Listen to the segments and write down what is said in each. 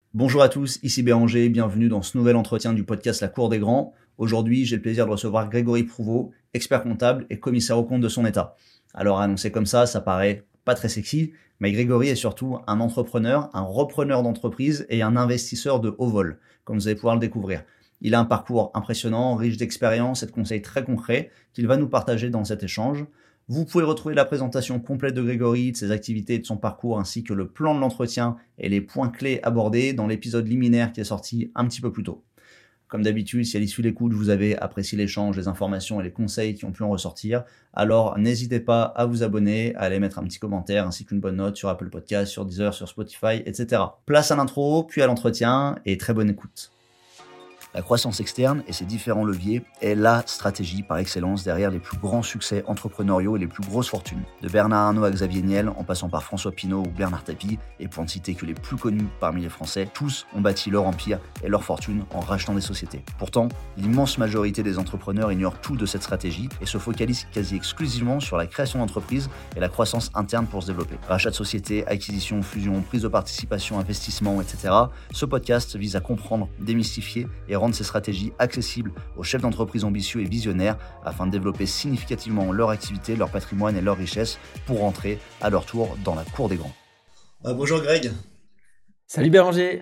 Bonjour à tous, ici Béranger, bienvenue dans ce nouvel entretien du podcast La Cour des Grands. Aujourd'hui, j'ai le plaisir de recevoir Grégory Prouveau, expert comptable et commissaire aux comptes de son État. Alors annoncé comme ça paraît pas très sexy, mais Grégory est surtout un entrepreneur, un repreneur d'entreprise et un investisseur de haut vol, comme vous allez pouvoir le découvrir. Il a un parcours impressionnant, riche d'expériences et de conseils très concrets qu'il va nous partager dans cet échange. Vous pouvez retrouver la présentation complète de Grégory, de ses activités et de son parcours, ainsi que le plan de l'entretien et les points clés abordés dans l'épisode liminaire qui est sorti un petit peu plus tôt. Comme d'habitude, si à l'issue de l'écoute, vous avez apprécié l'échange, les informations et les conseils qui ont pu en ressortir, alors n'hésitez pas à vous abonner, à aller mettre un petit commentaire ainsi qu'une bonne note sur Apple Podcasts, sur Deezer, sur Spotify, etc. Place à l'intro, puis à l'entretien, et très bonne écoute. La croissance externe et ses différents leviers est la stratégie par excellence derrière les plus grands succès entrepreneuriaux et les plus grosses fortunes. De Bernard Arnault à Xavier Niel, en passant par François Pinault ou Bernard Tapie, et pour ne citer que les plus connus parmi les Français, tous ont bâti leur empire et leur fortune en rachetant des sociétés. Pourtant, l'immense majorité des entrepreneurs ignorent tout de cette stratégie et se focalisent quasi exclusivement sur la création d'entreprises et la croissance interne pour se développer. Rachat de sociétés, acquisition, fusion, prise de participation, investissement, etc. Ce podcast vise à comprendre, démystifier et rendre ces stratégies accessibles aux chefs d'entreprise ambitieux et visionnaires afin de développer significativement leur activité, leur patrimoine et leur richesse pour rentrer à leur tour dans la cour des grands. Bonjour Greg. Salut Béranger.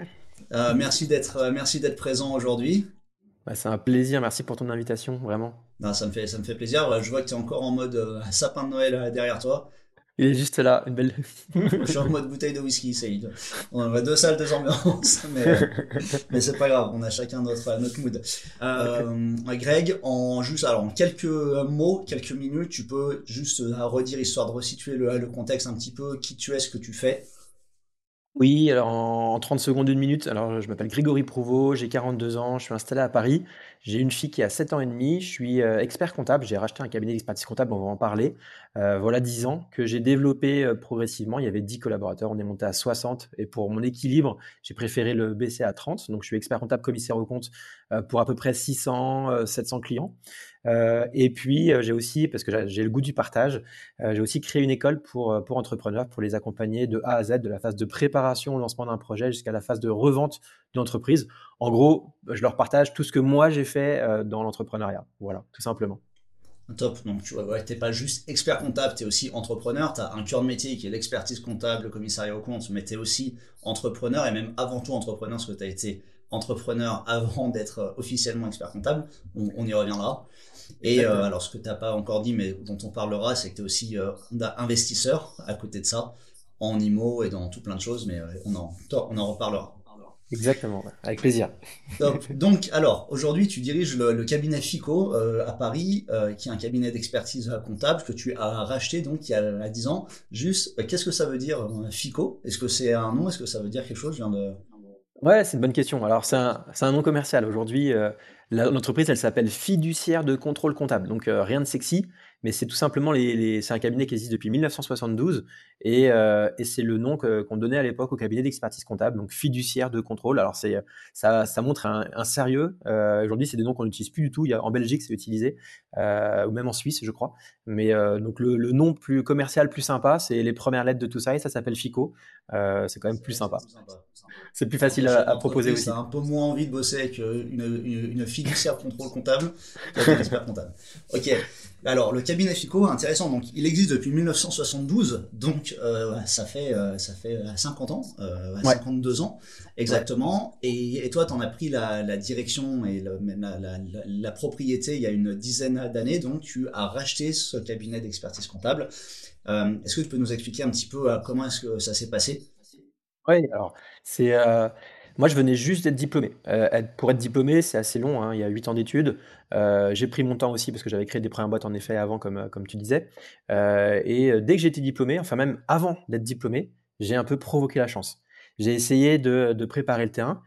Merci d'être présent aujourd'hui. C'est un plaisir, merci pour ton invitation, vraiment. Non, ça me fait plaisir. Je vois que tu es encore en mode sapin de Noël derrière toi. Il est juste là, une belle. Moi, je suis en mode bouteille de whisky. On a deux salles, deux ambiances, mais c'est pas grave. On a chacun notre mood. Ok. Greg, en quelques mots, quelques minutes, tu peux juste redire, histoire de resituer le contexte un petit peu, qui tu es, ce que tu fais. Oui, alors en 30 secondes, une minute. Alors, je m'appelle Grégory Prouveau, j'ai 42 ans, je suis installé à Paris. J'ai une fille qui a 7 ans et demi. Je suis expert comptable. J'ai racheté un cabinet d'expertise comptable, on va en parler. Voilà 10 ans que j'ai développé progressivement. Il y avait 10 collaborateurs, on est monté à 60. Et pour mon équilibre, j'ai préféré le baisser à 30. Donc, je suis expert comptable, commissaire aux comptes pour à peu près 600, 700 clients. Et puis, j'ai aussi, parce que j'ai le goût du partage, j'ai aussi créé une école pour entrepreneurs, pour les accompagner de A à Z, de la phase de préparation au lancement d'un projet jusqu'à la phase de revente d'une entreprise. En gros, je leur partage tout ce que moi j'ai fait dans l'entrepreneuriat. Voilà, tout simplement. Top. Donc, tu vois, ouais, t'es pas juste expert comptable, t'es aussi entrepreneur. T'as un cœur de métier qui est l'expertise comptable, le commissariat aux comptes, mais t'es aussi entrepreneur et même avant tout entrepreneur, parce que t'as été entrepreneur avant d'être officiellement expert comptable. On y reviendra. Et Exactement. alors, ce que t'as pas encore dit, mais dont on parlera, c'est que t'es aussi investisseur à côté de ça, en IMO et dans tout plein de choses, mais on en reparlera. Exactement, ouais. Avec plaisir. Top. Donc, alors, aujourd'hui, tu diriges le cabinet FICO à Paris, qui est un cabinet d'expertise comptable que tu as racheté donc il y a 10 ans. Juste, qu'est-ce que ça veut dire FICO? Est-ce que c'est un nom? Est-ce que ça veut dire quelque chose? Je viens de... Ouais, c'est une bonne question. Alors, c'est un nom commercial. Aujourd'hui, l'entreprise, elle s'appelle Fiduciaire de contrôle comptable. Donc, rien de sexy, mais c'est tout simplement c'est un cabinet qui existe depuis 1972 et c'est le nom qu'on donnait à l'époque au cabinet d'expertise comptable. Donc, Fiduciaire de contrôle. Alors, ça montre un sérieux. Aujourd'hui, c'est des noms qu'on n'utilise plus du tout. En Belgique, c'est utilisé, ou même en Suisse, je crois. Mais donc, le nom plus commercial, plus sympa, c'est les premières lettres de tout ça et ça s'appelle FICO. C'est quand même plus C'est sympa. plus sympa. C'est plus Quand t'es facile chef à proposer d'entreprise, t'as aussi. un peu moins envie de bosser avec une fiduciaire contrôle comptable qu'avec un expert comptable. Ok. Alors, le cabinet FICO, intéressant. Donc, il existe depuis 1972. Donc, ça fait 50 ans, Ouais, 52 ans ouais. exactement. Et toi, t'en as pris la direction et même la propriété il y a une dizaine d'années. Donc, tu as racheté ce cabinet d'expertise comptable. Est-ce que tu peux nous expliquer un petit peu comment est-ce que ça s'est passé? Ouais, alors, c'est, moi, je venais juste d'être diplômé. Pour être diplômé, c'est assez long, hein, il y a 8 ans d'études. J'ai pris mon temps aussi parce que j'avais créé des premières boîtes en effet avant, comme tu disais. Dès que j'ai été diplômé, enfin même avant d'être diplômé, j'ai un peu provoqué la chance. J'ai essayé de préparer le terrain.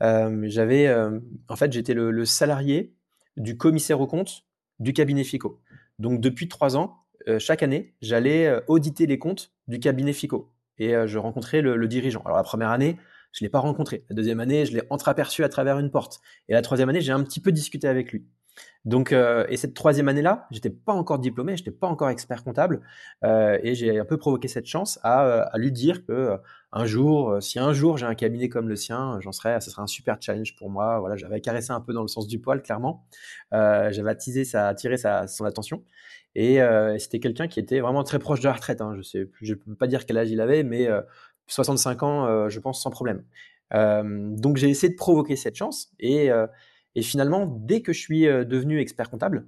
En fait, j'étais le salarié du commissaire aux comptes du cabinet FICO. Donc depuis 3 ans, chaque année, j'allais auditer les comptes du cabinet FICO et je rencontrais le dirigeant. Alors la première année, je ne l'ai pas rencontré. La deuxième année, je l'ai entreaperçu à travers une porte. Et la troisième année, j'ai un petit peu discuté avec lui. Donc, et cette troisième année-là, j'étais pas encore diplômé, j'étais pas encore expert comptable, et j'ai un peu provoqué cette chance à lui dire que un jour, si un jour j'ai un cabinet comme le sien, ce serait un super challenge pour moi. Voilà, j'avais caressé un peu dans le sens du poil, clairement. J'avais attiré son attention, et c'était quelqu'un qui était vraiment très proche de la retraite. Hein. Je peux pas dire quel âge il avait, mais 65 ans, je pense, sans problème. Donc j'ai essayé de provoquer cette chance, et finalement, dès que je suis devenu expert comptable,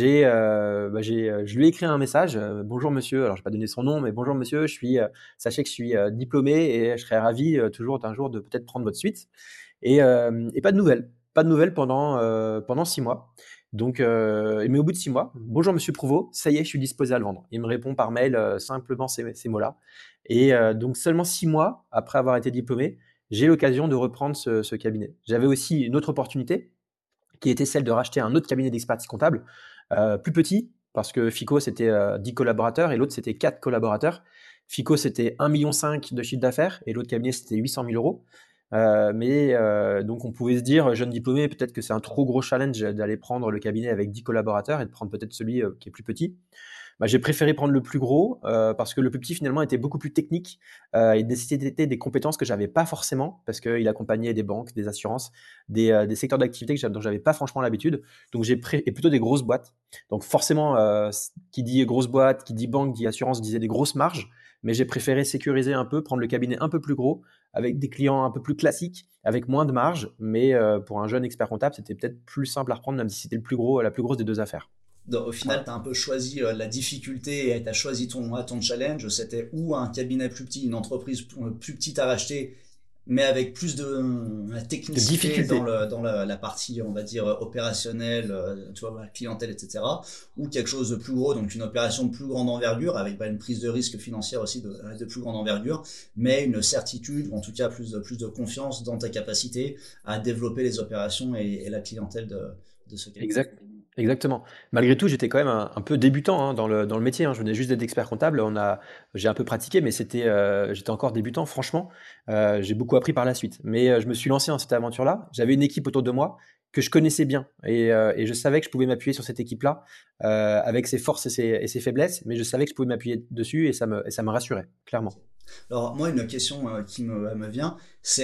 je lui ai écrit un message. Bonjour monsieur, alors je vais pas donner son nom, mais bonjour monsieur, sachez que je suis diplômé et je serais ravi toujours d'un jour de peut-être prendre votre suite. Et pas de nouvelles, pas de nouvelles pendant 6 mois. Donc, mais au bout de 6 mois, bonjour monsieur Prouveau, ça y est, je suis disposé à le vendre. Il me répond par mail simplement ces mots-là. Et donc seulement 6 mois après avoir été diplômé, j'ai l'occasion de reprendre ce cabinet. J'avais aussi une autre opportunité qui était celle de racheter un autre cabinet d'expertise comptable, plus petit, parce que FICO, c'était 10 collaborateurs et l'autre, c'était 4 collaborateurs. FICO, c'était 1,5 million de chiffre d'affaires et l'autre cabinet, c'était 800 000 euros. Donc, on pouvait se dire, jeune diplômé, peut-être que c'est un trop gros challenge d'aller prendre le cabinet avec 10 collaborateurs et de prendre peut-être celui qui est plus petit. J'ai préféré prendre le plus gros parce que le plus petit finalement était beaucoup plus technique et nécessitait des compétences que j'avais pas forcément parce qu'il accompagnait des banques, des assurances, des secteurs d'activité dont j'avais pas franchement l'habitude. Donc et plutôt des grosses boîtes. Donc forcément, qui dit grosse boîte, qui dit banque, dit assurance, disait des grosses marges. Mais j'ai préféré sécuriser un peu, prendre le cabinet un peu plus gros, avec des clients un peu plus classiques, avec moins de marge. Mais pour un jeune expert comptable, c'était peut-être plus simple à reprendre, même si c'était la plus grosse des deux affaires. Au final, Voilà. tu as un peu choisi la difficulté et tu as choisi ton challenge. C'était ou un cabinet plus petit, une entreprise plus petite à racheter, mais avec plus de De technicité dans, difficulté. la partie, on va dire, opérationnelle, tu vois, la clientèle, etc. Ou quelque chose de plus gros, donc une opération de plus grande envergure, avec une prise de risque financière aussi de plus grande envergure, mais une certitude, ou en tout cas plus de confiance dans ta capacité à développer les opérations et la clientèle de ce cabinet. Exact, exactement. Malgré tout, j'étais quand même un peu débutant hein, dans le métier. Hein. Je venais juste d'être expert comptable. J'ai un peu pratiqué, mais j'étais encore débutant. Franchement, j'ai beaucoup appris par la suite. Mais je me suis lancé dans cette aventure-là. J'avais une équipe autour de moi que je connaissais bien, et je savais que je pouvais m'appuyer sur cette équipe-là avec ses forces et ses faiblesses. Mais je savais que je pouvais m'appuyer dessus, et ça me rassurait, clairement. Alors moi, une question qui me vient,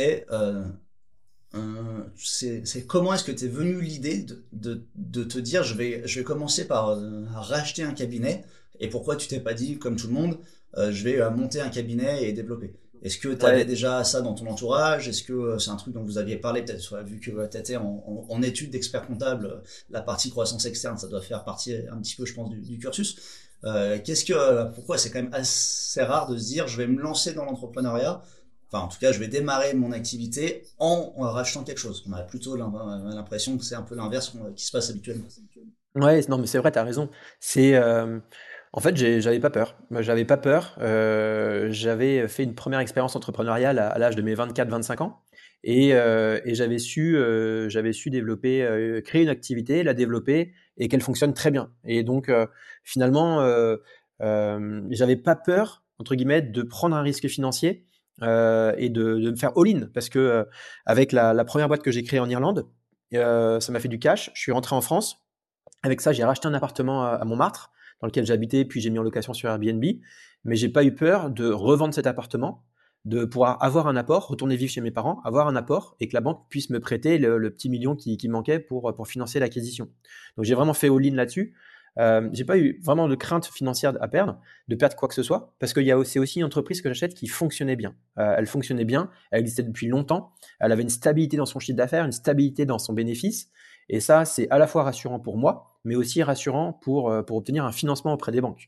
c'est comment est-ce que tu es venu l'idée de te dire je vais commencer par racheter un cabinet et pourquoi tu t'es pas dit comme tout le monde je vais monter un cabinet et développer. Est-ce que tu avais Ouais, déjà ça dans ton entourage? Est-ce que c'est un truc dont vous aviez parlé peut-être vu que tu étais en études d'expert comptable, la partie croissance externe, ça doit faire partie un petit peu je pense du cursus. Pourquoi c'est quand même assez rare de se dire je vais me lancer dans l'entrepreneuriat, enfin en tout cas je vais démarrer mon activité en rachetant quelque chose. On a plutôt l'impression que c'est un peu l'inverse qui se passe habituellement. ouais, non, mais c'est vrai, tu as raison. C'est, en fait, j'avais pas peur. Moi, j'avais pas peur. J'avais fait une première expérience entrepreneuriale à l'âge de mes 24-25 ans, et j'avais su développer, créer une activité, la développer et qu'elle fonctionne très bien. Et donc, finalement, j'avais pas peur, entre guillemets, de prendre un risque financier, et de me faire all-in parce que, avec la première boîte que j'ai créée en Irlande, ça m'a fait du cash. Je suis rentré en France. Avec ça, j'ai racheté un appartement à Montmartre, dans lequel j'habitais, puis j'ai mis en location sur Airbnb. Mais j'ai pas eu peur de revendre cet appartement, de pouvoir avoir un apport, retourner vivre chez mes parents, avoir un apport, et que la banque puisse me prêter le petit million qui manquait pour financer l'acquisition. Donc j'ai vraiment fait all-in là-dessus. J'ai pas eu vraiment de crainte financière à perdre, de perdre quoi que ce soit, parce c'est aussi une entreprise que j'achète qui fonctionnait bien. Elle fonctionnait bien, elle existait depuis longtemps, elle avait une stabilité dans son chiffre d'affaires, une stabilité dans son bénéfice, et ça, c'est à la fois rassurant pour moi, mais aussi rassurant pour obtenir un financement auprès des banques.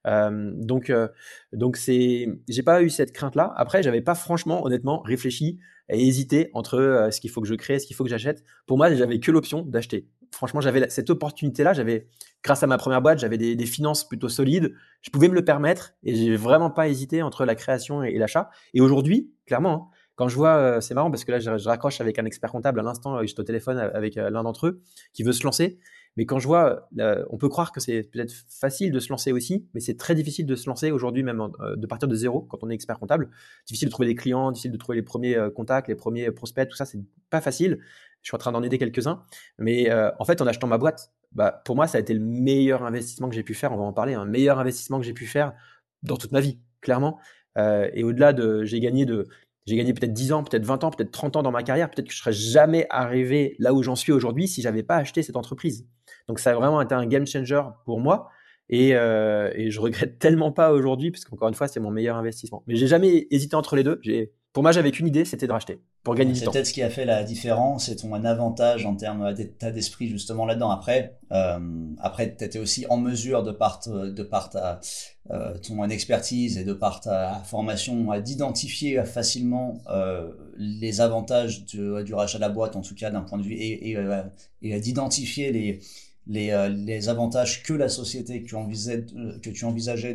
Donc j'ai pas eu cette crainte-là. Après, j'avais pas franchement, honnêtement, réfléchi et hésité entre ce qu'il faut que je crée, ce qu'il faut que j'achète. Pour moi, j'avais que l'option d'acheter. Franchement, j'avais cette opportunité-là. Grâce à ma première boîte, j'avais des finances plutôt solides. Je pouvais me le permettre et j'ai vraiment pas hésité entre la création et l'achat. Et aujourd'hui, clairement, hein, quand je vois, c'est marrant parce que là, je raccroche avec un expert comptable à l'instant, j'étais au téléphone avec l'un d'entre eux qui veut se lancer. Mais quand je vois, on peut croire que c'est peut-être facile de se lancer aussi, mais c'est très difficile de se lancer aujourd'hui, même de partir de zéro quand on est expert comptable. Difficile de trouver des clients, difficile de trouver les premiers contacts, les premiers prospects, tout ça, c'est pas facile. Je suis en train d'en aider quelques-uns. Mais en fait, en achetant ma boîte, bah, pour moi, ça a été le meilleur investissement que j'ai pu faire. On va en parler, un meilleur investissement que j'ai pu faire dans toute ma vie, clairement. Et au-delà j'ai gagné peut-être 10 ans, peut-être 20 ans, peut-être 30 ans dans ma carrière. Peut-être que je serais jamais arrivé là où j'en suis aujourd'hui si j'avais pas acheté cette entreprise. Donc ça a vraiment été un game changer pour moi. Et je regrette tellement pas aujourd'hui, parce qu'encore une fois, c'est mon meilleur investissement. Mais j'ai jamais hésité entre les deux. Pour moi, j'avais qu'une idée, c'était de racheter pour gagner du C'est temps. peut-être ce qui a fait la différence et ton avantage en termes d'état d'esprit justement là-dedans. Après, tu étais aussi en mesure de par ton expertise et de par ta formation d'identifier facilement les avantages du rachat de la boîte, en tout cas d'un point de vue, et d'identifier les avantages que la société que tu envisageais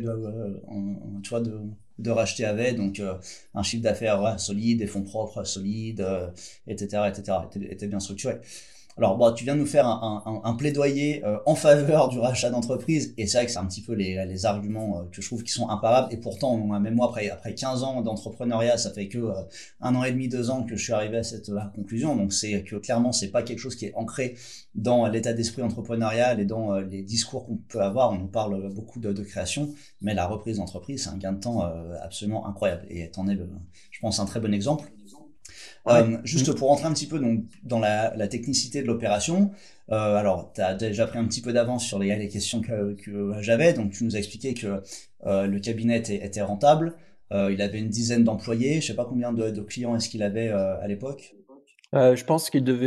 de racheter avait, donc un chiffre d'affaires solide, des fonds propres solides, etc., était bien structuré. Alors, bon, tu viens de nous faire un plaidoyer en faveur du rachat d'entreprise, et c'est vrai que c'est un petit peu les arguments que je trouve qui sont imparables, et pourtant, même moi, après 15 ans d'entrepreneuriat, ça fait que 1 an et demi, 2 ans que je suis arrivé à cette conclusion, donc c'est que clairement, c'est pas quelque chose qui est ancré dans l'état d'esprit entrepreneurial et dans les discours qu'on peut avoir. On nous parle beaucoup de création, mais la reprise d'entreprise, c'est un gain de temps absolument incroyable, et t'en es, je pense, un très bon exemple. Ouais. Juste pour rentrer un petit peu donc, dans la technicité de l'opération, alors tu as déjà pris un petit peu d'avance sur les questions que j'avais, donc tu nous as expliqué que le cabinet était rentable, il avait une dizaine d'employés, je sais pas combien de clients est-ce qu'il avait à l'époque. Je pense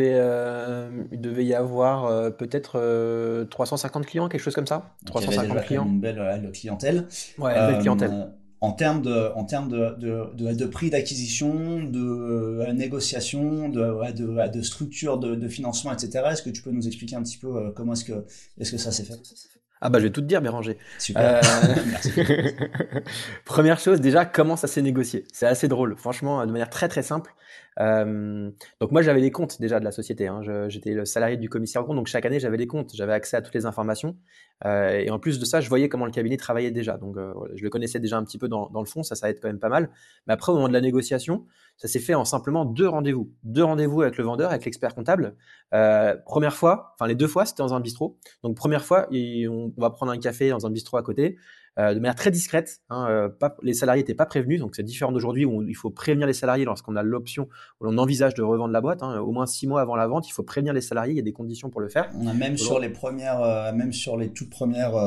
il devait y avoir peut-être 350 clients, quelque chose comme ça. Donc il y avait 350 déjà quand même clients. une belle clientèle. Ouais, une belle clientèle. Euh, en termes de prix d'acquisition, de négociation, de structure de financement, etc., est-ce que tu peux nous expliquer un petit peu comment est-ce que ça s'est fait? Ah bah je vais tout te dire, Béranger. Super, Euh, merci. Première chose, déjà, comment ça s'est négocié? C'est assez drôle, franchement, de manière très très simple. Donc moi j'avais les comptes déjà de la société, hein. J'étais le salarié du commissaire aux comptes, donc chaque année j'avais les comptes, j'avais accès à toutes les informations. Et en plus de ça, je voyais comment le cabinet travaillait déjà. Donc voilà, je le connaissais déjà un petit peu dans le fond, ça aide quand même pas mal. Mais après, au moment de la négociation, ça s'est fait en simplement deux rendez-vous. Deux rendez-vous avec le vendeur, avec l'expert comptable. Première fois, enfin les deux fois, c'était dans un bistrot. Donc première fois, on va prendre un café dans un bistrot à côté, de manière très discrète, hein, les salariés n'étaient pas prévenus, donc c'est différent d'aujourd'hui où il faut prévenir les salariés lorsqu'on a l'option, où l'on envisage de revendre la boîte, hein, au moins 6 mois avant la vente, il faut prévenir les salariés, il y a des conditions pour le faire. On a même sur les toutes premières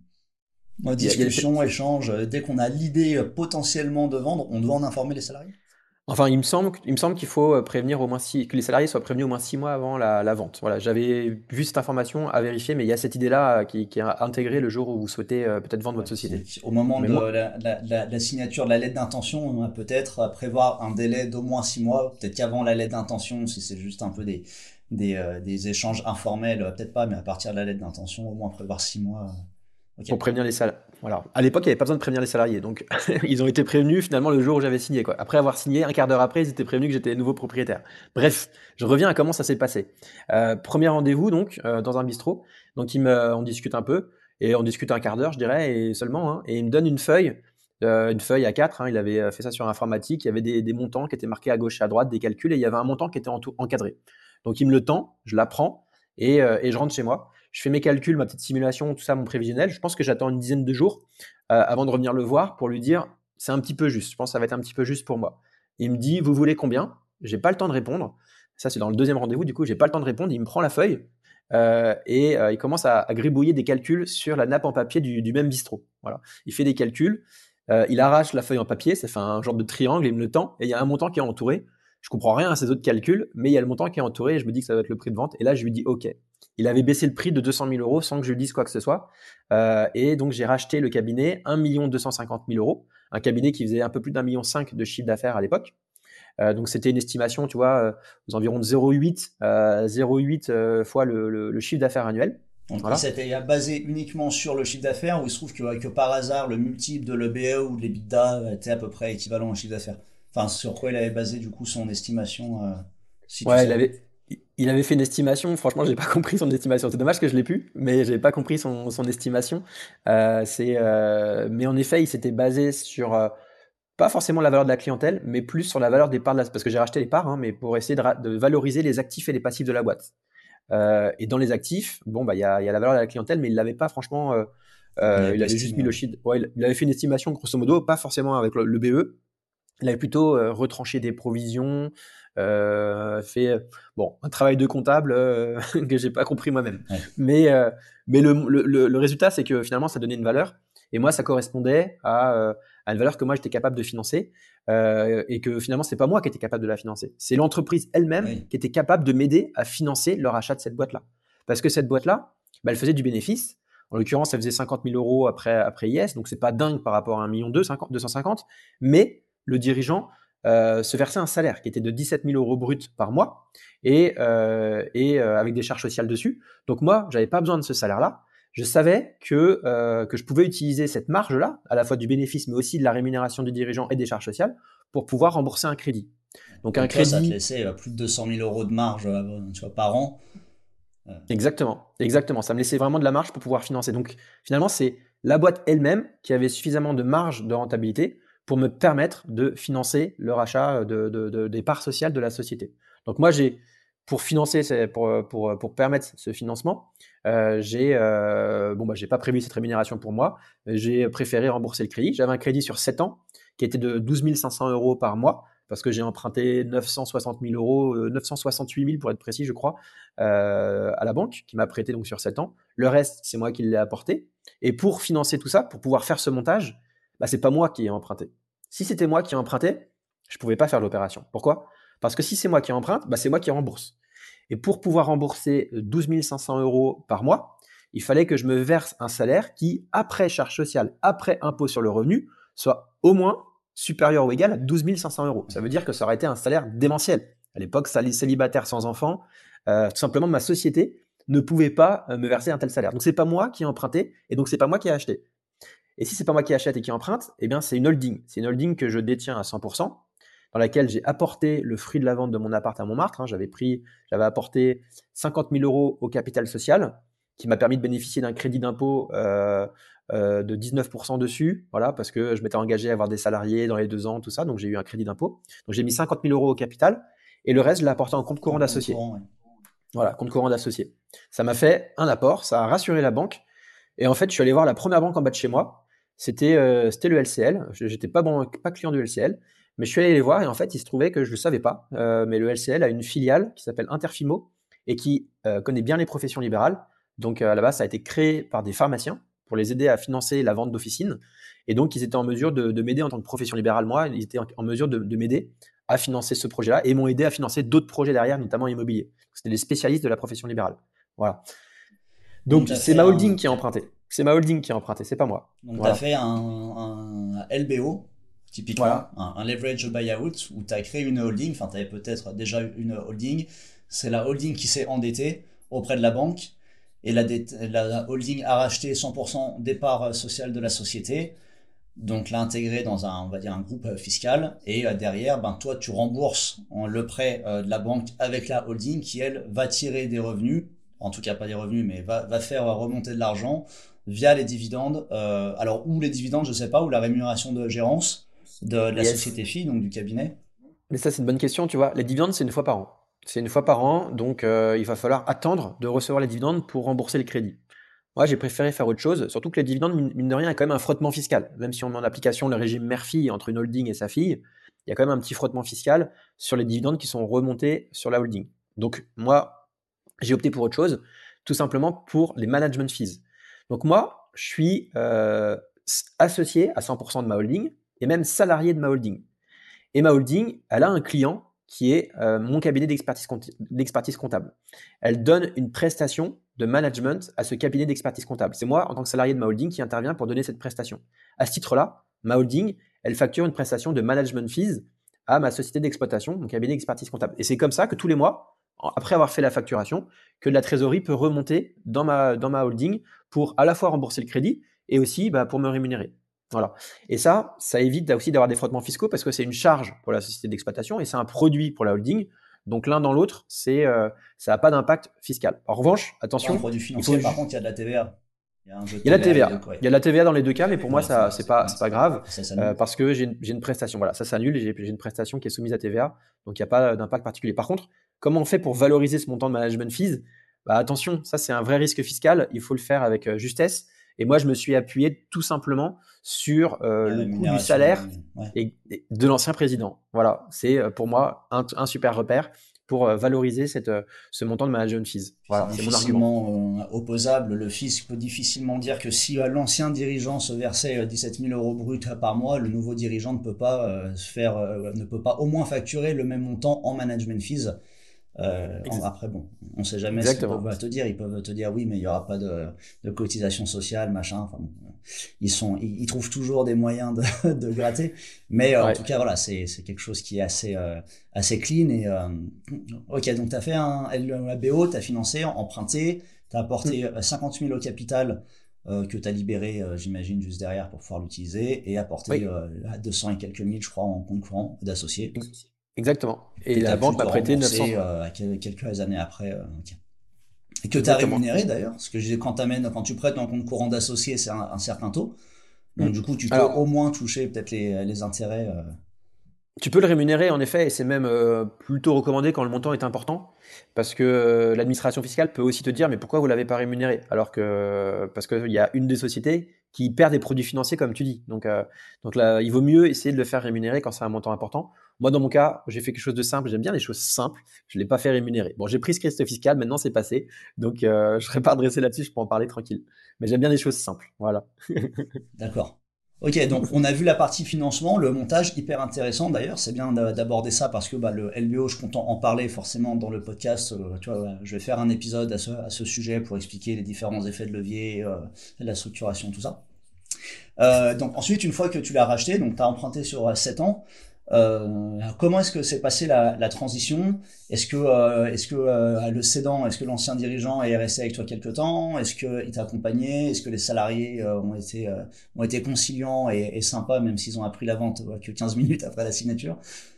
Il y a des, discussions, échanges, dès qu'on a l'idée potentiellement de vendre, on doit en informer les salariés. Enfin, il me semble qu'il faut prévenir que les salariés soient prévenus au moins 6 mois avant la vente. Voilà, j'avais vu cette information à vérifier, mais il y a cette idée-là qui est intégrée le jour où vous souhaitez peut-être vendre Ouais, votre société. au moment Mais de moi, la signature de la lettre d'intention, on va peut-être prévoir un délai d'au moins 6 mois. Peut-être qu'avant la lettre d'intention, si c'est juste un peu des échanges informels, peut-être pas, mais à partir de la lettre d'intention, au moins prévoir 6 mois. Ok. pour prévenir les salariés. Voilà. À l'époque, il n'y avait pas besoin de prévenir les salariés. Donc, ils ont été prévenus finalement le jour où j'avais signé, quoi. Après avoir signé, un quart d'heure après, ils étaient prévenus que j'étais nouveau propriétaire. Bref, je reviens à comment ça s'est passé. Premier rendez-vous, donc, dans un bistrot. Donc, on discute un peu. Et on discute un quart d'heure, je dirais, et seulement, hein. Et il me donne une feuille à 4, hein. Il avait fait ça sur informatique. Il y avait des montants qui étaient marqués à gauche et à droite, des calculs, et il y avait un montant qui était encadré. Donc, il me le tend, je la prends, et je rentre chez moi. Je fais mes calculs, ma petite simulation, tout ça, mon prévisionnel. Je pense que j'attends une dizaine de jours avant de revenir le voir pour lui dire c'est un petit peu juste. Je pense que ça va être un petit peu juste pour moi. Il me dit vous voulez combien? J'ai pas le temps de répondre. Ça, c'est dans le deuxième rendez-vous. Du coup, j'ai pas le temps de répondre. Il me prend la feuille et il commence à gribouiller des calculs sur la nappe en papier du même bistrot. Voilà. Il fait des calculs. Il arrache la feuille en papier. Ça fait un genre de triangle. Il me le tend et il y a un montant qui est entouré. Je comprends rien à ces autres calculs, mais il y a le montant qui est entouré et je me dis que ça va être le prix de vente. Et là, je lui dis OK. Il avait baissé le prix de 200 000 euros sans que je lui dise quoi que ce soit. Et donc, j'ai racheté le cabinet 1 250 000 euros, un cabinet qui faisait un peu plus d'1,5 million de chiffre d'affaires à l'époque. Donc, c'était une estimation, tu vois, aux environs de 0,8 fois le chiffre d'affaires annuel. Donc, il Voilà. s'était basé uniquement sur le chiffre d'affaires, ou il se trouve que par hasard, le multiple de l'EBE ou de l'EBITDA était à peu près équivalent au chiffre d'affaires. Enfin, sur quoi il avait basé du coup son estimation, si tu Ouais, sais. il avait fait une estimation. Franchement, j'ai pas compris son estimation. C'est dommage que je l'ai pu, mais j'ai pas compris son estimation. Mais en effet, il s'était basé sur pas forcément la valeur de la clientèle, mais plus sur la valeur des parts parce que j'ai racheté les parts, hein, mais pour essayer de valoriser les actifs et les passifs de la boîte. Et dans les actifs, bon, bah, il y a la valeur de la clientèle, mais il l'avait pas franchement. Il avait juste mis le chiffre. Ouais, il avait fait une estimation grosso modo, pas forcément avec le BE. Il avait plutôt retranché des provisions, fait bon un travail de comptable que j'ai pas compris moi-même. Ouais. Mais le résultat, c'est que finalement, ça donnait une valeur. Et moi, ça correspondait à une valeur que moi, j'étais capable de financer. Et que finalement, c'est pas moi qui étais capable de la financer. C'est l'entreprise elle-même Oui. qui était capable de m'aider à financer leur achat de cette boîte-là. Parce que cette boîte-là, bah, elle faisait du bénéfice. En l'occurrence, elle faisait 50 000 euros après IS. Donc, c'est pas dingue par rapport à 1,2 million, 250. Mais le dirigeant se versait un salaire qui était de 17 000 euros brut par mois et avec des charges sociales dessus. Donc moi, j'avais pas besoin de ce salaire-là. Je savais que je pouvais utiliser cette marge-là, à la fois du bénéfice, mais aussi de la rémunération du dirigeant et des charges sociales, pour pouvoir rembourser un crédit. Donc un toi, ça te crédit, laissait plus de 200 000 euros de marge tu vois, par an. exactement. Ça me laissait vraiment de la marge pour pouvoir financer. Donc finalement, c'est la boîte elle-même qui avait suffisamment de marge de rentabilité pour me permettre de financer le rachat des parts sociales de la société. Donc moi, pour financer, pour permettre ce financement, j'ai pas prévu cette rémunération pour moi. J'ai préféré rembourser le crédit. J'avais un crédit sur 7 ans qui était de 12 500 euros par mois parce que j'ai emprunté 960 000 euros, 968 000 pour être précis, je crois, à la banque qui m'a prêté donc sur 7 ans. Le reste, c'est moi qui l'ai apporté. Et pour financer tout ça, pour pouvoir faire ce montage, bah, c'est pas moi qui ai emprunté. Si c'était moi qui ai emprunté, je pouvais pas faire l'opération. Pourquoi? Parce que si c'est moi qui emprunte, bah, c'est moi qui rembourse. Et pour pouvoir rembourser 12 500 euros par mois, il fallait que je me verse un salaire qui, après charge sociale, après impôt sur le revenu, soit au moins supérieur ou égal à 12 500 euros. Ça veut dire que ça aurait été un salaire démentiel. À l'époque, célibataire sans enfant, tout simplement, ma société ne pouvait pas me verser un tel salaire. Donc, c'est pas moi qui ai emprunté et donc c'est pas moi qui ai acheté. Et si c'est pas moi qui achète et qui emprunte, eh bien, c'est une holding. C'est une holding que je détiens à 100%, dans laquelle j'ai apporté le fruit de la vente de mon appart à Montmartre. J'avais apporté 50 000 euros au capital social, qui m'a permis de bénéficier d'un crédit d'impôt de 19% dessus, voilà, parce que je m'étais engagé à avoir des salariés dans les 2 ans, tout ça, donc j'ai eu un crédit d'impôt. Donc j'ai mis 50 000 euros au capital, et le reste, je l'ai apporté en compte courant En compte d'associé. courant, ouais. Voilà, compte courant d'associé. Ça m'a fait un apport, ça a rassuré la banque, et en fait, je suis allé voir la première banque en bas de chez moi. C'était le LCL. J'étais pas client du LCL, mais je suis allé les voir et en fait, il se trouvait que je le savais pas, mais le LCL a une filiale qui s'appelle Interfimo et qui connaît bien les professions libérales. Donc à la base, ça a été créé par des pharmaciens pour les aider à financer la vente d'officines. Et donc, ils étaient en mesure de m'aider en tant que profession libérale. Moi, ils étaient en mesure de m'aider à financer ce projet-là et m'ont aidé à financer d'autres projets derrière, notamment immobilier. C'était des spécialistes de la profession libérale. Voilà. Donc, Donc, tu as c'est fait ma holding qui a emprunté. C'est ma holding qui a emprunté, c'est pas moi. donc t'as Voilà. fait un LBO, typiquement, Voilà. un leverage buyout, où tu as créé une holding, enfin, tu avais peut-être déjà une holding. C'est la holding qui s'est endettée auprès de la banque, et la holding a racheté 100% des parts sociales de la société, donc l'a intégré dans on va dire un groupe fiscal, et derrière, ben, toi, tu rembourses le prêt de la banque avec la holding qui, elle, va tirer des revenus, en tout cas pas des revenus, mais va faire remonter de l'argent via les dividendes, alors ou les dividendes, je sais pas, ou la rémunération de gérance de la Yes. société fille, donc du cabinet. Mais ça, c'est une bonne question, tu vois. Les dividendes, c'est une fois par an. C'est une fois par an, donc il va falloir attendre de recevoir les dividendes pour rembourser le crédit. Moi, j'ai préféré faire autre chose, surtout que les dividendes, mine de rien, il y a quand même un frottement fiscal. Même si on met en application le régime mère-fille entre une holding et sa fille, il y a quand même un petit frottement fiscal sur les dividendes qui sont remontés sur la holding. Donc, moi, j'ai opté pour autre chose, tout simplement pour les management fees. Donc, moi, je suis associé à 100% de ma holding et même salarié de ma holding. Et ma holding, elle a un client qui est mon cabinet d'expertise comptable. Elle donne une prestation de management à ce cabinet d'expertise comptable. C'est moi, en tant que salarié de ma holding, qui intervient pour donner cette prestation. À ce titre-là, ma holding, elle facture une prestation de management fees à ma société d'exploitation, mon cabinet d'expertise comptable. Et c'est comme ça que tous les mois, après avoir fait la facturation, que de la trésorerie peut remonter dans ma holding pour à la fois rembourser le crédit et aussi pour me rémunérer. Voilà. Et ça évite aussi d'avoir des frottements fiscaux parce que c'est une charge pour la société d'exploitation et c'est un produit pour la holding. Donc l'un dans l'autre, ça n'a pas d'impact fiscal. En revanche, C'est pas un attention, produit il faut, financier, par contre, il y a de la TVA. Il y a un peu de il y a la TVA les deux, TVA. quoi. Il y a la TVA dans les deux cas, mais pour moi, Ouais, ça, c'est pas, ouais, c'est pas grave ça s'annule. parce que j'ai une prestation. Voilà, ça s'annule et j'ai une prestation qui est soumise à TVA, donc il n'y a pas d'impact particulier. Par contre, comment on fait pour valoriser ce montant de management fees? Bah, attention, ça c'est un vrai risque fiscal, il faut le faire avec justesse. Et moi, je me suis appuyé tout simplement sur La le coût du rémunération, salaire ouais. et de l'ancien président. Voilà, c'est pour moi un super repère pour valoriser ce montant de management fees. C'est Voilà, c'est mon argument. difficilement opposable. Le fisc peut difficilement dire que si l'ancien dirigeant se versait 17 000 euros brut par mois, le nouveau dirigeant ne peut pas ne peut pas au moins facturer le même montant en management fees. Ex- Après, bon, on ne sait jamais ce qu'ils Exactement. peuvent te dire. Ils peuvent te dire oui, mais il n'y aura pas de cotisation sociale, machin. Enfin, bon, ils trouvent toujours des moyens de gratter. Mais en Ouais. tout cas, voilà, c'est quelque chose qui est assez clean. Ok, donc tu as fait un LBO, tu as financé, emprunté, tu as apporté Mm. 50 000 au capital que tu as libéré, j'imagine, juste derrière pour pouvoir l'utiliser et apporté Oui, 200 et quelques mille, je crois, en compte courant d'associés exactement. Et que tu la as pu banque te m'a prêté rembourser 900. quelques années après. Ok. Et que tu as Exactement. rémunéré d'ailleurs, parce que quand tu prêtes en compte courant d'associé, c'est un certain taux. Donc Mm. du coup, tu peux au Alors, moins toucher peut-être les intérêts. tu peux le rémunérer en effet, et c'est même plutôt recommandé quand le montant est important, parce que l'administration fiscale peut aussi te dire, mais pourquoi vous l'avez pas rémunéré? Alors que parce qu'il y a une des sociétés qui perd des produits financiers, comme tu dis. Donc là, il vaut mieux essayer de le faire rémunérer quand c'est un montant important. Moi, dans mon cas, j'ai fait quelque chose de simple. J'aime bien les choses simples. Je l'ai pas fait rémunérer. Bon, j'ai pris ce risque fiscal. Maintenant, c'est passé. Donc, je serai pas redressé là-dessus. Je peux en parler tranquille. Mais j'aime bien les choses simples. Voilà. D'accord. Ok, donc on a vu la partie financement, le montage, hyper intéressant d'ailleurs. C'est bien d'aborder ça parce que bah, le LBO, je compte en parler forcément dans le podcast. Tu vois, je vais faire un épisode à ce sujet pour expliquer les différents effets de levier, la structuration, tout ça. Donc ensuite, une fois que tu l'as racheté, donc tu as emprunté sur 7 ans, comment est-ce que s'est passée la transition? Est-ce que le cédant, est-ce que l'ancien dirigeant est resté avec toi quelque temps? Est-ce qu'il t'a accompagné? Est-ce que les salariés ont été conciliants et sympas, même s'ils ont appris la vente que 15 minutes après la signature?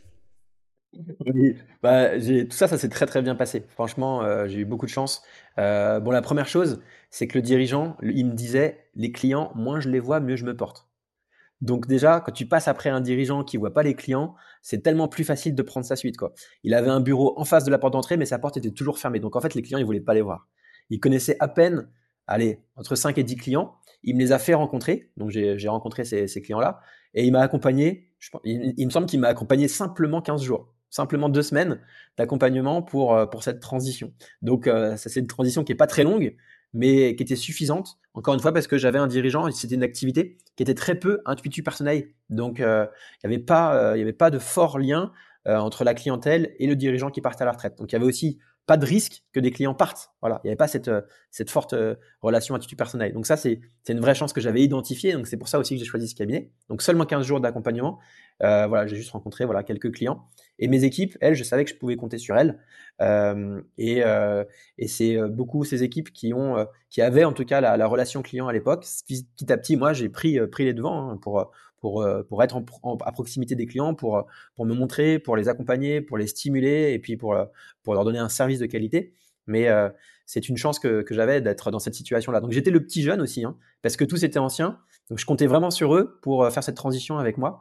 Oui, bah, tout ça, ça s'est très très bien passé. Franchement, j'ai eu beaucoup de chance. Bon, la première chose, c'est que le dirigeant, il me disait, les clients, moins je les vois, mieux je me porte. Donc déjà, quand tu passes après un dirigeant qui voit pas les clients, c'est tellement plus facile de prendre sa suite, quoi. Il avait un bureau en face de la porte d'entrée, mais sa porte était toujours fermée. Donc en fait, les clients, ils voulaient pas les voir. Il connaissait à peine, allez, entre 5 et 10 clients. Il me les a fait rencontrer. Donc j'ai rencontré ces clients-là. Et il m'a accompagné, il me semble qu'il m'a accompagné simplement 15 jours. Simplement 2 semaines d'accompagnement pour cette transition. Donc ça, c'est une transition qui est pas très longue, mais qui était suffisante. Encore une fois, parce que j'avais un dirigeant, et c'était une activité qui était très peu intuitu personnel. Donc, il y avait pas de fort lien entre la clientèle et le dirigeant qui partait à la retraite. Donc, il y avait aussi pas de risque que des clients partent. Voilà, il n'y avait pas cette forte relation attitude personnelle. Donc ça, c'est une vraie chance que j'avais identifiée. Donc c'est pour ça aussi que j'ai choisi ce cabinet. Donc seulement 15 jours d'accompagnement. Voilà, j'ai juste rencontré voilà quelques clients et mes équipes, elles, je savais que je pouvais compter sur elles. Euh, et euh, et c'est beaucoup ces équipes qui avaient en tout cas la relation client à l'époque. Petit à petit, moi, j'ai pris les devants hein, pour être à proximité des clients, pour me montrer, pour les accompagner, pour les stimuler et puis pour leur donner un service de qualité. Mais c'est une chance que j'avais d'être dans cette situation-là. Donc j'étais le petit jeune aussi, hein, parce que tous étaient anciens. Donc je comptais vraiment sur eux pour faire cette transition avec moi.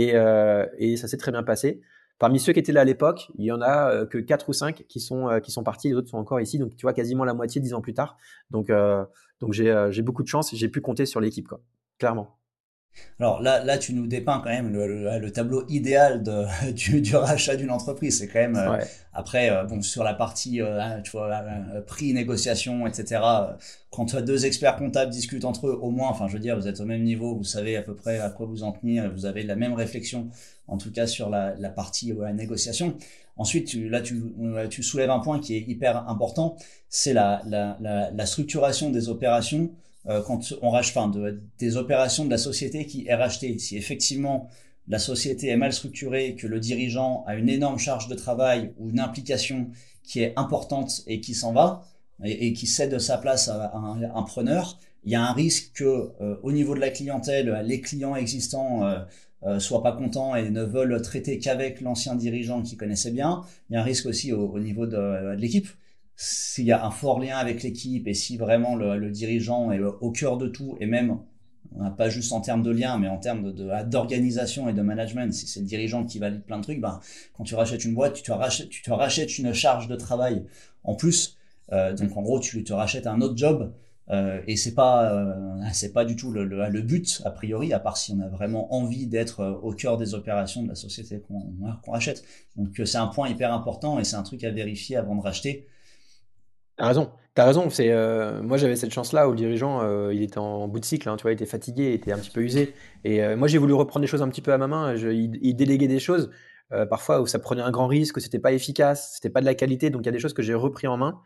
Et ça s'est très bien passé. Parmi ceux qui étaient là à l'époque, il y en a que 4 ou 5 qui sont partis, les autres sont encore ici. Donc tu vois, quasiment la moitié 10 ans plus tard. Donc, euh, donc j'ai beaucoup de chance et j'ai pu compter sur l'équipe, quoi. Clairement. Alors là, tu nous dépeins quand même le tableau idéal du rachat d'une entreprise. C'est quand même Ouais. après bon sur la partie tu vois prix, négociation, etc. Quand deux experts comptables discutent entre eux, au moins, enfin je veux dire, vous êtes au même niveau, vous savez à peu près à quoi vous en tenir, vous avez la même réflexion, en tout cas sur la partie négociation. Ensuite, tu soulèves un point qui est hyper important, c'est la structuration des opérations quand on rachète, enfin, des opérations de la société qui est rachetée. Si effectivement la société est mal structurée, que le dirigeant a une énorme charge de travail ou une implication qui est importante et qui s'en va et qui cède sa place à un preneur, il y a un risque que au niveau de la clientèle, les clients existants soient pas contents et ne veulent traiter qu'avec l'ancien dirigeant qu'ils connaissaient bien. Il y a un risque aussi au niveau de l'équipe s'il y a un fort lien avec l'équipe et si vraiment le dirigeant est au cœur de tout et même pas juste en termes de lien mais en termes d'organisation et de management, si c'est le dirigeant qui valide plein de trucs, ben, quand tu rachètes une boîte, tu te rachètes une charge de travail en plus Donc en gros, tu te rachètes un autre job. Et c'est pas du tout le but a priori, à part si on a vraiment envie d'être au cœur des opérations de la société qu'on rachète. Donc c'est un point hyper important et c'est un truc à vérifier avant de racheter. T'as raison, t'as raison. Moi j'avais cette chance-là où le dirigeant, il était en bout de cycle, hein, tu vois, il était fatigué, il était un petit peu usé. Et moi j'ai voulu reprendre les choses un petit peu à ma main. Il déléguait des choses, parfois où ça prenait un grand risque, où c'était pas efficace, c'était pas de la qualité. Donc il y a des choses que j'ai repris en main.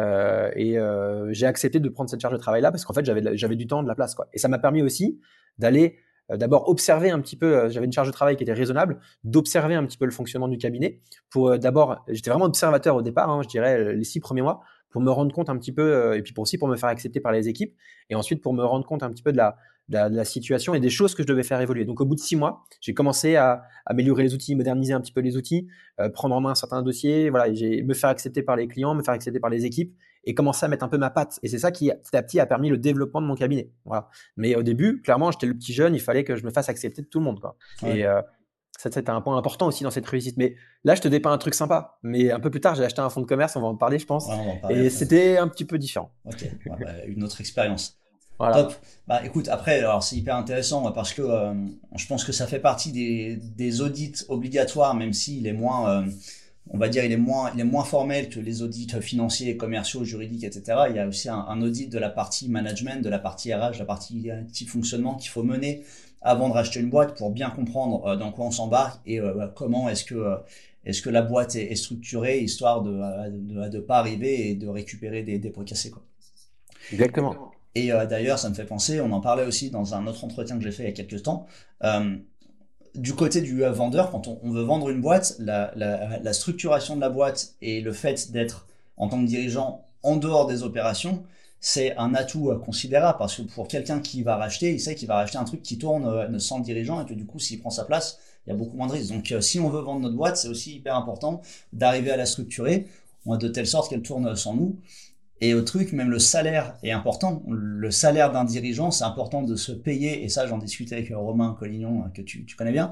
J'ai accepté de prendre cette charge de travail-là parce qu'en fait j'avais du temps, de la place, quoi. Et ça m'a permis aussi d'aller d'abord observer un petit peu. J'avais une charge de travail qui était raisonnable, d'observer un petit peu le fonctionnement du cabinet. D'abord, j'étais vraiment observateur au départ, hein, je dirais les 6 premiers mois pour me rendre compte un petit peu, et puis aussi pour me faire accepter par les équipes, et ensuite pour me rendre compte un petit peu de la situation et des choses que je devais faire évoluer. Donc au bout de 6 mois, j'ai commencé à améliorer les outils, moderniser un petit peu les outils, prendre en main certains dossiers, voilà, me faire accepter par les clients, me faire accepter par les équipes, et commencer à mettre un peu ma patte. Et c'est ça qui, petit à petit, a permis le développement de mon cabinet. Voilà. Mais au début, clairement, j'étais le petit jeune, il fallait que je me fasse accepter de tout le monde, quoi. Ouais. Et ça, c'était un point important aussi dans cette réussite. Mais là, je te dépeins un truc sympa. Mais un peu plus tard, j'ai acheté un fonds de commerce, on va en parler, je pense. Ouais, on va en parler Et après. c'était un petit peu différent. Ok, ouais, bah, une autre expérience. Top. Voilà. Bah écoute, après, alors c'est hyper intéressant parce que je pense que ça fait partie des audits obligatoires, même s'il est moins, on va dire, il est moins formel que les audits financiers, commerciaux, juridiques, etc. Il y a aussi un audit de la partie management, de la partie RH, de la partie type fonctionnement qu'il faut mener avant de racheter une boîte pour bien comprendre dans quoi on s'embarque et comment est-ce que la boîte est structurée, histoire de pas arriver et de récupérer des pots cassés, quoi. Exactement. Et d'ailleurs, ça me fait penser, on en parlait aussi dans un autre entretien que j'ai fait il y a quelques temps. Euh, du côté du vendeur, quand on veut vendre une boîte, la structuration de la boîte et le fait d'être en tant que dirigeant en dehors des opérations, c'est un atout considérable parce que pour quelqu'un qui va racheter, il sait qu'il va racheter un truc qui tourne sans le dirigeant et que du coup, s'il prend sa place, il y a beaucoup moins de risques. Donc, si on veut vendre notre boîte, c'est aussi hyper important d'arriver à la structurer de telle sorte qu'elle tourne sans nous. Et au truc, même le salaire est important. Le salaire d'un dirigeant, c'est important de se payer. Et ça, j'en discutais avec Romain Collignon, que tu connais bien.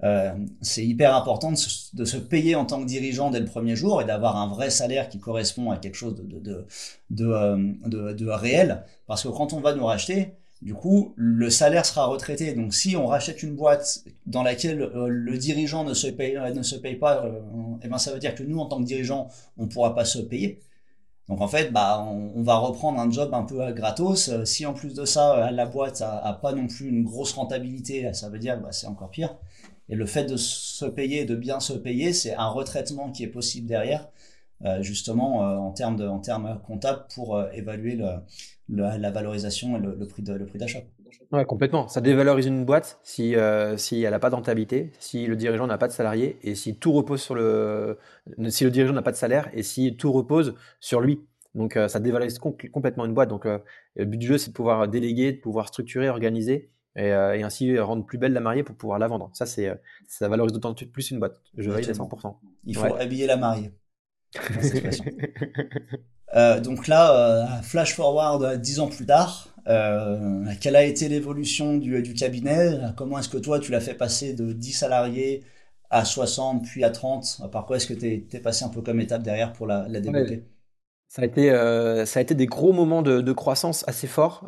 C'est hyper important de se payer en tant que dirigeant dès le premier jour et d'avoir un vrai salaire qui correspond à quelque chose de réel. Parce que quand on va nous racheter, du coup, le salaire sera retraité. Donc, si on rachète une boîte dans laquelle le dirigeant ne se paye pas, eh ben, ça veut dire que nous, en tant que dirigeant, on ne pourra pas se payer. Donc en fait, bah, on va reprendre un job un peu gratos. Si en plus de ça, la boîte a pas non plus une grosse rentabilité, ça veut dire que bah, c'est encore pire. Et le fait de se payer, de bien se payer, c'est un retraitement qui est possible derrière, justement en termes comptables pour évaluer la valorisation et le prix d'achat. Ouais, complètement. Ça dévalorise une boîte si elle n'a pas de rentabilité, si le dirigeant n'a pas de salarié et si tout repose si le dirigeant n'a pas de salaire et si tout repose sur lui. Donc ça dévalorise complètement une boîte. Donc le but du jeu, c'est de pouvoir déléguer, de pouvoir structurer, organiser et ainsi rendre plus belle la mariée pour pouvoir la vendre. Ça valorise d'autant plus une boîte. Je valide à Exactement. 100%. Il faut Ouais. habiller la mariée, dans cette expression. Donc là, flash forward 10 ans plus tard, quelle a été l'évolution du cabinet? Comment est-ce que toi, tu l'as fait passer de 10 salariés à 60, puis à 30? Par quoi est-ce que tu es passé un peu comme étape derrière pour la Ouais. développer? Ça a été des gros moments de croissance assez forts.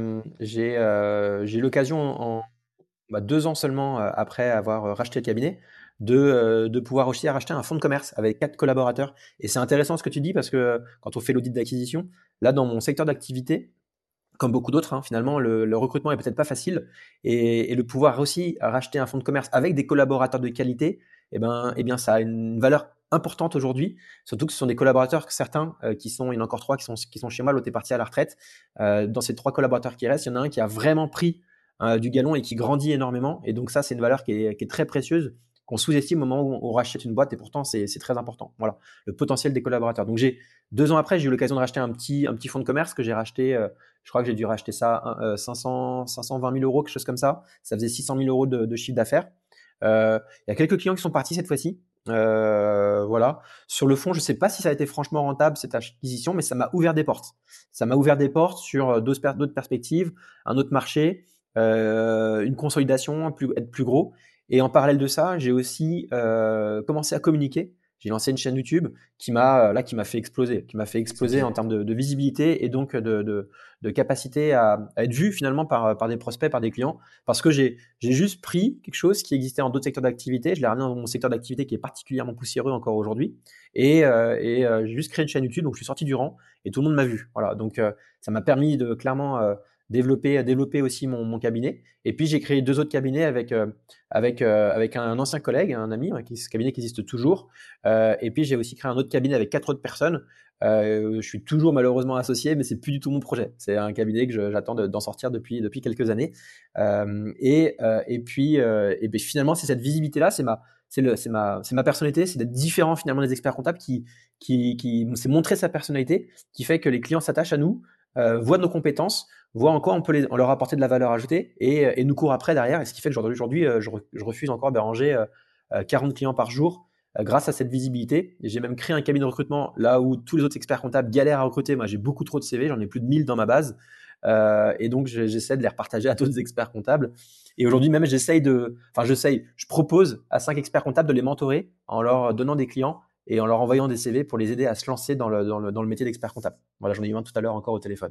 J'ai eu l'occasion 2 ans seulement après avoir racheté le cabinet de pouvoir aussi racheter un fonds de commerce avec 4 collaborateurs. Et c'est intéressant ce que tu dis parce que quand on fait l'audit d'acquisition, là dans mon secteur d'activité, comme beaucoup d'autres, hein, finalement, le recrutement est peut-être pas facile et le pouvoir aussi racheter un fonds de commerce avec des collaborateurs de qualité, eh bien, ça a une valeur importante aujourd'hui, surtout que ce sont des collaborateurs, que certains, il y en a encore 3 qui sont chez moi, l'autre est parti à la retraite. Dans ces 3 collaborateurs qui restent, il y en a un qui a vraiment pris du galon et qui grandit énormément. Et donc ça, c'est une valeur qui est très précieuse, qu'on sous-estime au moment où on rachète une boîte et pourtant c'est très important. Voilà, le potentiel des collaborateurs. Donc 2 ans après, j'ai eu l'occasion de racheter un petit fonds de commerce que j'ai racheté. Je crois que j'ai dû racheter ça 520 000 euros, quelque chose comme ça. Ça faisait 600 000 euros de chiffre d'affaires. Il y a quelques clients qui sont partis cette fois-ci. Voilà. Sur le fond, je ne sais pas si ça a été franchement rentable cette acquisition, mais ça m'a ouvert des portes. Ça m'a ouvert des portes sur d'autres perspectives, un autre marché, une consolidation, être plus gros. Et en parallèle de ça, j'ai aussi commencé à communiquer J'ai lancé une chaîne YouTube qui m'a fait exploser en termes de visibilité et donc de capacité à être vu finalement par des prospects, par des clients, parce que j'ai juste pris quelque chose qui existait dans d'autres secteurs d'activité, je l'ai ramené dans mon secteur d'activité qui est particulièrement poussiéreux encore aujourd'hui, j'ai juste créé une chaîne YouTube, donc je suis sorti du rang et tout le monde m'a vu. Voilà, donc ça m'a permis de clairement développer aussi mon cabinet. Et puis j'ai créé 2 autres cabinets avec un ancien collègue, un ami, hein, ce cabinet qui existe toujours. Et puis j'ai aussi créé un autre cabinet avec 4 autres personnes. Je suis toujours malheureusement associé, mais c'est plus du tout mon projet. C'est un cabinet que j'attends d'en sortir depuis quelques années. Et puis finalement, c'est cette visibilité-là, c'est ma personnalité, c'est d'être différent finalement des experts comptables c'est montrer sa personnalité qui fait que les clients s'attachent à nous, voient nos compétences, voient en quoi on leur apporter de la valeur ajoutée et nous courent après derrière. Et ce qui fait que aujourd'hui, je refuse encore de ranger 40 clients par jour grâce à cette visibilité. Et j'ai même créé un cabinet de recrutement là où tous les autres experts comptables galèrent à recruter. Moi, j'ai beaucoup trop de CV, j'en ai plus de 1000 dans ma base. Et donc, j'essaie de les repartager à d'autres experts comptables. Et aujourd'hui, même, je propose à 5 experts comptables de les mentorer en leur donnant des clients et en leur envoyant des CV pour les aider à se lancer dans le métier d'expert comptable. Voilà, j'en ai eu un tout à l'heure encore au téléphone.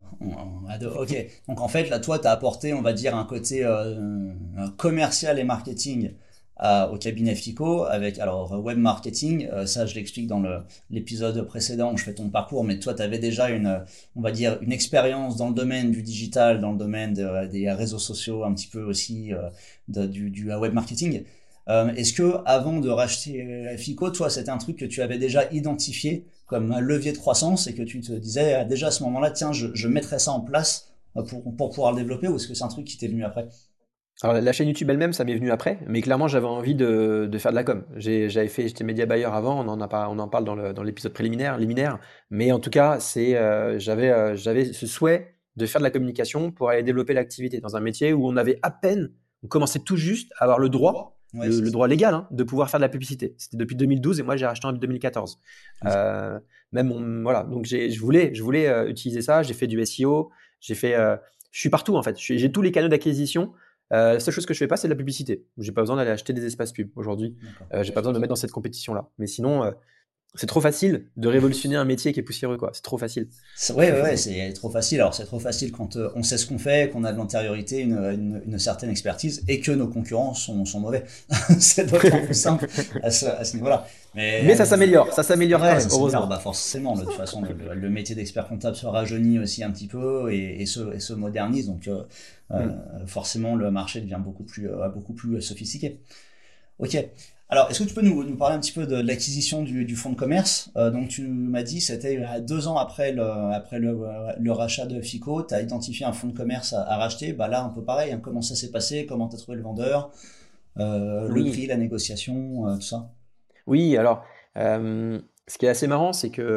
Ok, donc en fait, là, toi, tu as apporté, on va dire, un côté commercial et marketing au cabinet FICO avec, alors, web marketing, ça, je l'explique dans l'épisode précédent où je fais ton parcours, mais toi, tu avais déjà on va dire, une expérience dans le domaine du digital, dans le domaine des réseaux sociaux, un petit peu aussi du web marketing. Est-ce que avant de racheter FICO, toi, c'était un truc que tu avais déjà identifié comme un levier de croissance et que tu te disais déjà à ce moment-là, tiens, je mettrais ça en place pour pouvoir le développer, ou est-ce que c'est un truc qui t'est venu après? Alors la chaîne YouTube elle-même, ça m'est venu après, mais clairement j'avais envie de faire de la com. J'étais média buyer avant, on en parle dans l'épisode liminaire, mais en tout cas j'avais ce souhait de faire de la communication pour aller développer l'activité dans un métier où on commençait tout juste à avoir le droit, Ouais, le c'est ça. droit légal hein, de pouvoir faire de la publicité. C'était depuis 2012 et moi j'ai racheté en 2014. Ok. Voilà, donc je voulais utiliser ça, j'ai fait du SEO, je suis partout en fait, j'ai tous les canaux d'acquisition. La seule chose que je fais pas, c'est de la publicité. J'ai pas besoin d'aller acheter des espaces pubs aujourd'hui. D'accord. J'ai pas besoin de me mettre dans cette compétition-là. Mais sinon, c'est trop facile de révolutionner un métier qui est poussiéreux, quoi. C'est trop facile. Ouais, c'est trop facile. Alors, c'est trop facile quand on sait ce qu'on fait, qu'on a de l'antériorité, une certaine expertise et que nos concurrents sont mauvais. C'est d'autant plus simple à ce niveau-là. Mais Mais ça s'améliore quand ouais, même, ça s'améliore. heureusement. Bah, forcément, de toute façon, le métier d'expert comptable se rajeunit aussi un petit peu et se modernise. Donc, Mm. forcément, le marché devient beaucoup plus sophistiqué. Ok. Alors, est-ce que tu peux nous parler un petit peu de l'acquisition du fonds de commerce? Donc, tu m'as dit, c'était 2 ans après le rachat de FICO, tu as identifié un fonds de commerce à racheter. Bah là, un peu pareil, hein, comment ça s'est passé? Comment tu as trouvé le vendeur? Le Oui, prix, la négociation, tout ça? oui. Alors, ce qui est assez marrant, c'est que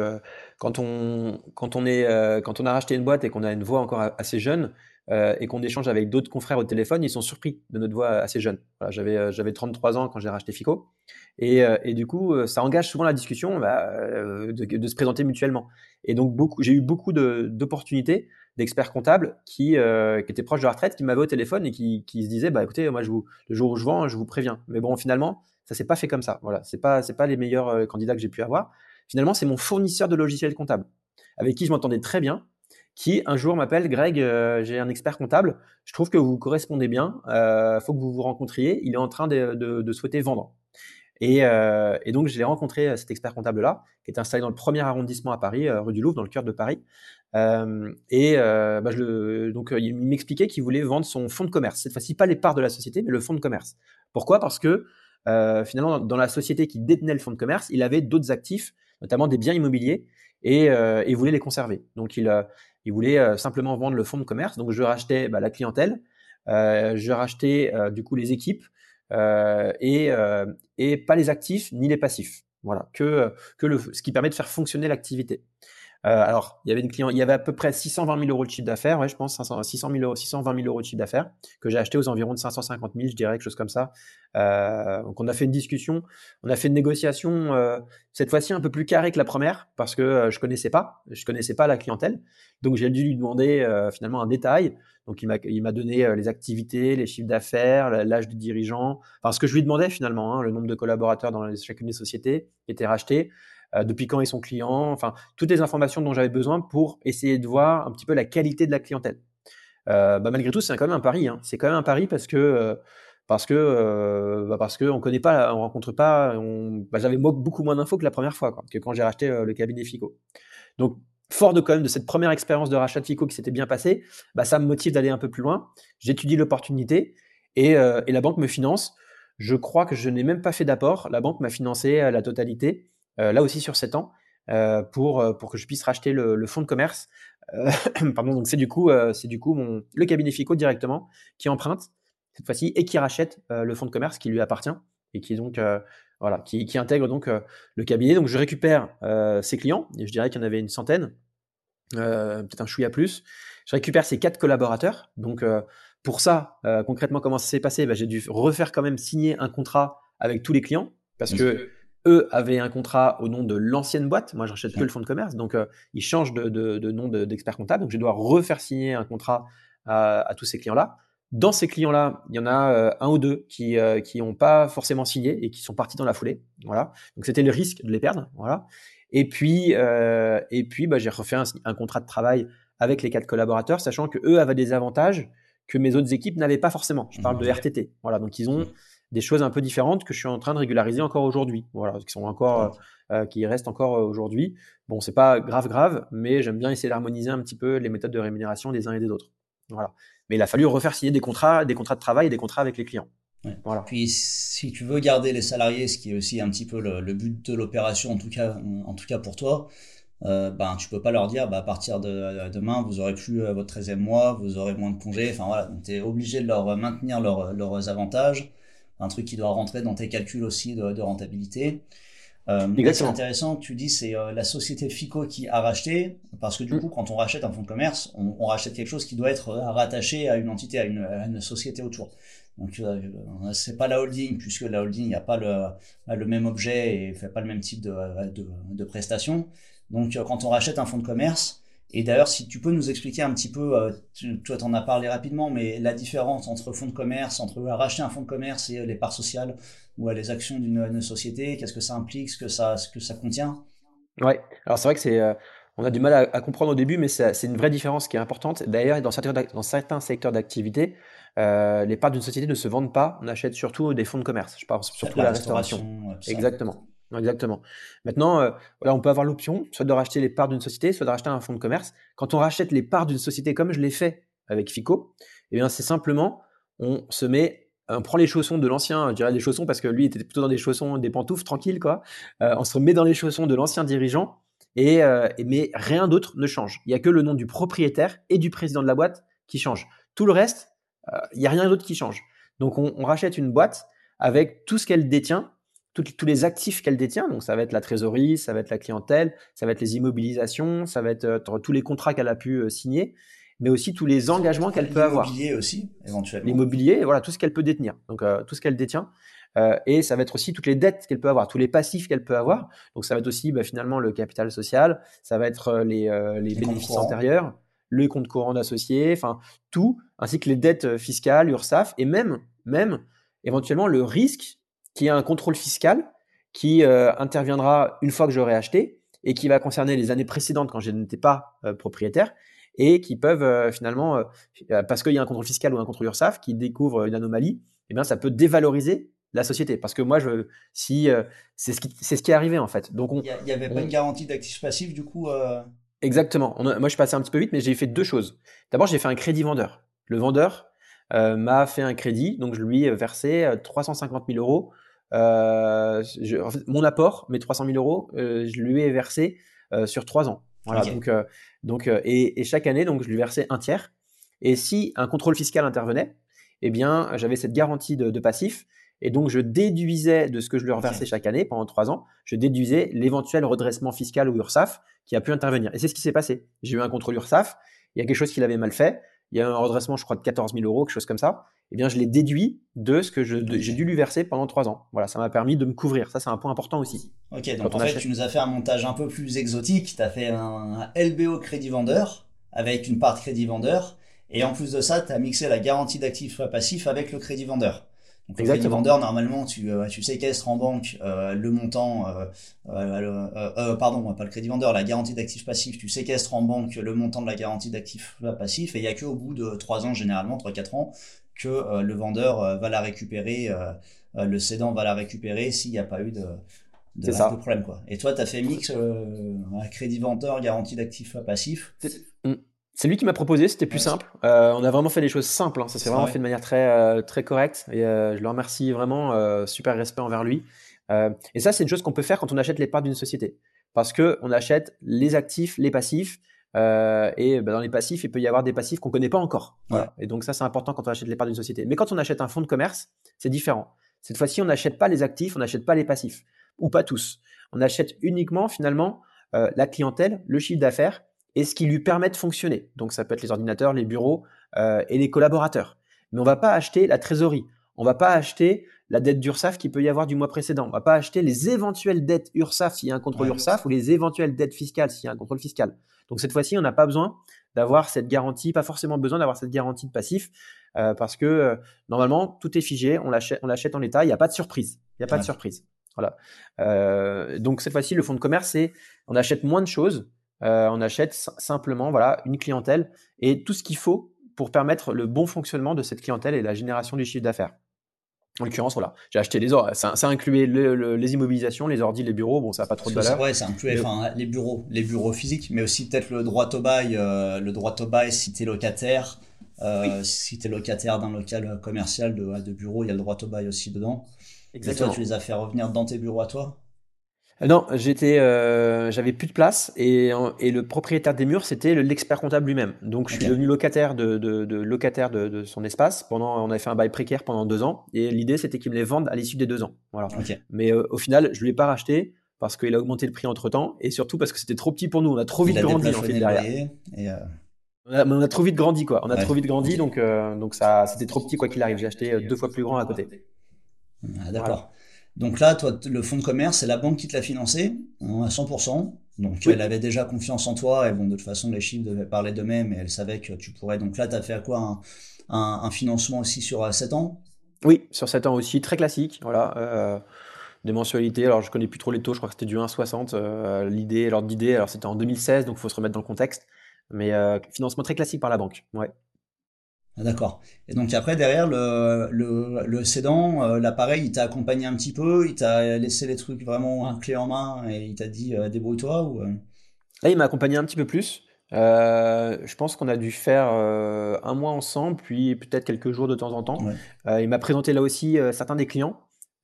quand on a racheté une boîte et qu'on a une voix encore assez jeune et qu'on échange avec d'autres confrères au téléphone, ils sont surpris de notre voix assez jeune. Voilà, j'avais 33 ans quand j'ai racheté Fico. Et du coup, ça engage souvent la discussion de se présenter mutuellement. Et donc, j'ai eu beaucoup d'opportunités d'experts comptables qui étaient proches de la retraite, qui m'avaient au téléphone et qui se disaient, bah, écoutez, moi, le jour où je vends, je vous préviens. Mais bon, finalement, ça s'est pas fait comme ça. Voilà, c'est pas les meilleurs candidats que j'ai pu avoir. Finalement, c'est mon fournisseur de logiciels comptables, avec qui je m'entendais très bien, qui un jour m'appelle, Greg, j'ai un expert comptable, je trouve que vous correspondez bien, faut que vous vous rencontriez, il est en train de souhaiter vendre. Et donc, je l'ai rencontré, cet expert comptable-là, qui est installé dans le premier arrondissement à Paris, rue du Louvre, dans le cœur de Paris. Il m'expliquait qu'il voulait vendre son fonds de commerce. Cette fois-ci, pas les parts de la société, mais le fonds de commerce. Pourquoi? Parce que finalement, dans la société qui détenait le fonds de commerce, il avait d'autres actifs, notamment des biens immobiliers, et il voulait les conserver. Donc, il voulait simplement vendre le fonds de commerce. Donc, je rachetais la clientèle, je rachetais du coup les équipes, et pas les actifs ni les passifs. Voilà, ce qui permet de faire fonctionner l'activité. Alors, il y avait une client, il y avait à peu près 620 000 euros de chiffre d'affaires, ouais, je pense, 600 000 euros, 620 000 euros de chiffre d'affaires, que j'ai acheté aux environs de 550 000, je dirais, quelque chose comme ça. Donc, on a fait une discussion, on a fait une négociation, cette fois-ci un peu plus carrée que la première, parce que je connaissais pas la clientèle. Donc, j'ai dû lui demander finalement un détail. Donc, il m'a donné les activités, les chiffres d'affaires, l'âge du dirigeant, enfin, ce que je lui demandais finalement, hein, le nombre de collaborateurs dans chacune des sociétés qui étaient rachetées, depuis quand ils sont clients, enfin, toutes les informations dont j'avais besoin pour essayer de voir un petit peu la qualité de la clientèle. Malgré tout, c'est quand même un pari, hein. C'est quand même un pari parce que on connaît pas, on rencontre pas, j'avais beaucoup moins d'infos que la première fois, quoi, que quand j'ai racheté le cabinet Fico. Donc, fort de quand même de cette première expérience de rachat de Fico qui s'était bien passée, ça me motive d'aller un peu plus loin. J'étudie l'opportunité et la banque me finance. Je crois que je n'ai même pas fait d'apport. La banque m'a financé la totalité, là aussi sur 7 ans, pour que je puisse racheter le fonds de commerce. Pardon, donc c'est du coup le cabinet Fico directement qui emprunte cette fois-ci et qui rachète le fonds de commerce qui lui appartient et qui est donc qui intègre donc le cabinet. Donc je récupère ses clients, et je dirais qu'il y en avait une centaine, peut-être un chouïa plus. Je récupère ces 4 collaborateurs. Donc pour ça, concrètement, comment ça s'est passé? J'ai dû refaire quand même signer un contrat avec tous les clients parce que eux avaient un contrat au nom de l'ancienne boîte. Moi, je rachète que le fonds de commerce. Donc ils changent de nom d'expert comptable. Donc je dois refaire signer un contrat à tous ces clients-là. Dans ces clients-là, il y en a un ou deux qui n'ont pas forcément signé et qui sont partis dans la foulée. Voilà. Donc c'était le risque de les perdre. Voilà. Et puis j'ai refait un contrat de travail avec les 4 collaborateurs, sachant que eux avaient des avantages que mes autres équipes n'avaient pas forcément. Je parle de RTT. Voilà. Donc ils ont des choses un peu différentes que je suis en train de régulariser encore aujourd'hui. Voilà. Qui restent encore aujourd'hui. Bon, c'est pas grave, mais j'aime bien essayer d'harmoniser un petit peu les méthodes de rémunération des uns et des autres. Voilà. Mais il a fallu refaire signer des contrats de travail et des contrats avec les clients. Ouais. Voilà. Puis si tu veux garder les salariés, ce qui est aussi un petit peu le but de l'opération, en tout cas pour toi, tu peux pas leur dire à partir de demain vous aurez plus votre 13e mois, vous aurez moins de congés. Enfin voilà, donc tu es obligé de leur maintenir leurs avantages, un truc qui doit rentrer dans tes calculs aussi de rentabilité. Là, c'est intéressant, tu dis c'est la société Fico qui a racheté, parce que du coup, quand on rachète un fonds de commerce, on rachète quelque chose qui doit être rattaché à une entité, à une société autour. Donc, c'est pas la holding, puisque la holding n'a pas le même objet et fait pas le même type de prestations. Donc, quand on rachète un fonds de commerce, et d'ailleurs, si tu peux nous expliquer un petit peu, toi t'en as parlé rapidement, mais la différence entre fonds de commerce, entre racheter un fonds de commerce et les parts sociales ou les actions d'une société, qu'est-ce que ça implique, ce que ça contient? Ouais, alors c'est vrai que on a du mal à comprendre au début, mais c'est une vraie différence qui est importante. D'ailleurs, dans certains secteurs d'activité, les parts d'une société ne se vendent pas. On achète surtout des fonds de commerce. Je pense surtout à la restauration. Exactement. Exactement. Maintenant, on peut avoir l'option soit de racheter les parts d'une société, soit de racheter un fonds de commerce. Quand on rachète les parts d'une société, comme je l'ai fait avec Fico, eh bien, c'est simplement, on prend les chaussons de l'ancien, je dirais des chaussons parce que lui était plutôt dans des chaussons, des pantoufles tranquilles, quoi. On se remet dans les chaussons de l'ancien dirigeant, mais rien d'autre ne change. Il n'y a que le nom du propriétaire et du président de la boîte qui change. Tout le reste, il n'y a rien d'autre qui change. Donc on rachète une boîte avec tout ce qu'elle détient, tous les actifs qu'elle détient. Donc ça va être la trésorerie, ça va être la clientèle, ça va être les immobilisations, ça va être tous les contrats qu'elle a pu signer, mais aussi tous les engagements qu'elle peut avoir. L'immobilier aussi, éventuellement. L'immobilier, voilà, tout ce qu'elle peut détenir, donc tout ce qu'elle détient. Et ça va être aussi toutes les dettes qu'elle peut avoir, tous les passifs qu'elle peut avoir. Donc ça va être aussi finalement le capital social, ça va être les bénéfices antérieurs, le compte courant d'associés, enfin tout, ainsi que les dettes fiscales, URSSAF, et même éventuellement le risque qu'il y ait un contrôle fiscal qui interviendra une fois que j'aurai acheté et qui va concerner les années précédentes quand je n'étais pas propriétaire, et qui peuvent finalement, parce qu'il y a un contrôle fiscal ou un contrôle URSSAF qui découvre une anomalie, eh bien ça peut dévaloriser la société. Parce que moi, c'est ce qui est arrivé en fait. Donc il n'y avait pas une garantie d'actifs passifs du coup Exactement. Moi, je suis passé un petit peu vite, mais j'ai fait 2 choses. D'abord, j'ai fait un crédit vendeur. Le vendeur m'a fait un crédit, donc je lui ai versé 350 000 euros. En fait, mon apport, mes 300 000 euros, je lui ai versé sur 3 ans. Voilà. Okay. Et chaque année, donc, je lui versais un tiers. Et si un contrôle fiscal intervenait, eh bien, j'avais cette garantie de passif. Et donc, je déduisais de ce que je lui reversais Ok. chaque année pendant 3 ans, je déduisais l'éventuel redressement fiscal ou URSSAF qui a pu intervenir. Et c'est ce qui s'est passé. J'ai eu un contrôle URSSAF, il y a quelque chose qu'il avait mal fait, il y a eu un redressement, je crois, de 14 000 euros, quelque chose comme ça. Eh bien, je l'ai déduit de ce que j'ai dû Ok. lui verser pendant 3 ans. Voilà, ça m'a permis de me couvrir. Ça, c'est un point important aussi. Ok, donc Quand en on fait, tu achète. nous as fait un montage un peu plus exotique. Tu as fait un LBO crédit vendeur avec une part de crédit vendeur. Et en plus de ça, tu as mixé la garantie d'actifs passifs avec le crédit vendeur. Donc le crédit Exactement. vendeur, normalement, tu séquestres en banque le montant, pardon, pas le crédit vendeur, la garantie d'actifs passifs, tu séquestres en banque le montant de la garantie d'actifs passifs, et il n'y a qu'au bout de 3 ans, généralement, 3 4 ans, que le vendeur va la récupérer, le cédant va la récupérer s'il n'y a pas eu C'est de ça. problème, quoi. Et toi, tu as fait mix crédit vendeur, garantie d'actifs passifs. C'est mm. C'est lui qui m'a proposé, c'était plus Ouais, simple. On a vraiment fait les choses simples, hein. Ça s'est ah vraiment ouais. fait de manière très correcte. Et je le remercie vraiment, super respect envers lui. Et ça, c'est une chose qu'on peut faire quand on achète les parts d'une société. Parce que on achète les actifs, les passifs. Et ben, dans les passifs, il peut y avoir des passifs qu'on ne connaît pas encore. Ouais, Voilà. Et donc ça, c'est important quand on achète les parts d'une société. Mais quand on achète un fonds de commerce, c'est différent. Cette fois-ci, on n'achète pas les actifs, on n'achète pas les passifs. Ou pas tous. On achète uniquement, finalement, la clientèle, le chiffre d'affaires et ce qui lui permet de fonctionner. Donc ça peut être les ordinateurs, les bureaux et les collaborateurs. Mais on ne va pas acheter la trésorerie. On ne va pas acheter la dette d'URSSAF qu'il peut y avoir du mois précédent. On ne va pas acheter les éventuelles dettes URSSAF s'il y a un contrôle ouais. URSSAF ou les éventuelles dettes fiscales s'il y a un contrôle fiscal. Donc cette fois-ci, on n'a pas besoin d'avoir cette garantie, pas forcément besoin d'avoir cette garantie de passif parce que normalement, tout est figé, on l'achète en l'état, il n'y a pas de surprise. Il n'y a pas de Ouais. surprise. Voilà. Donc cette fois-ci, le fonds de commerce, c'est on achète moins de choses, on achète simplement voilà, une clientèle et tout ce qu'il faut pour permettre le bon fonctionnement de cette clientèle et la génération du chiffre d'affaires. En l'occurrence, voilà, j'ai acheté ça incluait les immobilisations, les ordis, les bureaux. Bon, ça n'a pas trop Parce de que valeur. ouais, ça inclut Mais enfin, les bureaux physiques, mais aussi peut-être le droit au bail si t'es locataire. oui, Si t'es locataire d'un local commercial de bureau, il y a le droit au bail aussi dedans. Et toi, tu exactement. les as fait revenir dans tes bureaux à toi? Non, j'avais plus de place et le propriétaire des murs, c'était l'expert comptable lui-même. Donc, je Ok, suis devenu locataire locataire de son espace. On avait fait un bail précaire pendant 2 ans et l'idée, c'était qu'il me les vende à l'issue des 2 ans. Voilà. ok. Mais au final, je ne lui ai pas racheté parce qu'il a augmenté le prix entre temps et surtout parce que c'était trop petit pour nous. On a trop Il vite a grandi en fait déplafonné le derrière. loyer et On a trop vite grandi quoi. On a ouais, trop vite grandi ok. donc ça, c'était trop petit quoi qu'il arrive. J'ai acheté 2 fois plus grand à côté. Ah, Voilà. d'accord. Donc là, toi, le fonds de commerce, c'est la banque qui te l'a financé à 100%. Donc elle Oui. avait déjà confiance en toi et bon, de toute façon, les chiffres devaient parler d'eux-mêmes et elle savait que tu pourrais. Donc là, tu as fait à quoi un financement aussi sur 7 ans? Oui, sur 7 ans aussi, très classique. Voilà. Des mensualités, alors je connais plus trop les taux, je crois que c'était du 1,60. L'ordre d'idée, alors c'était en 2016, donc il faut se remettre dans le contexte. Mais financement très classique par la banque. Ouais. Ah, d'accord. Et donc après, derrière, le cédant, l'appareil, il t'a accompagné un petit peu, il t'a laissé les trucs vraiment clé en main et il t'a dit débrouille-toi ou. Là, il m'a accompagné un petit peu plus. Je pense qu'on a dû faire un mois ensemble, puis peut-être quelques jours de temps en temps. Ouais, Il m'a présenté là aussi certains des clients.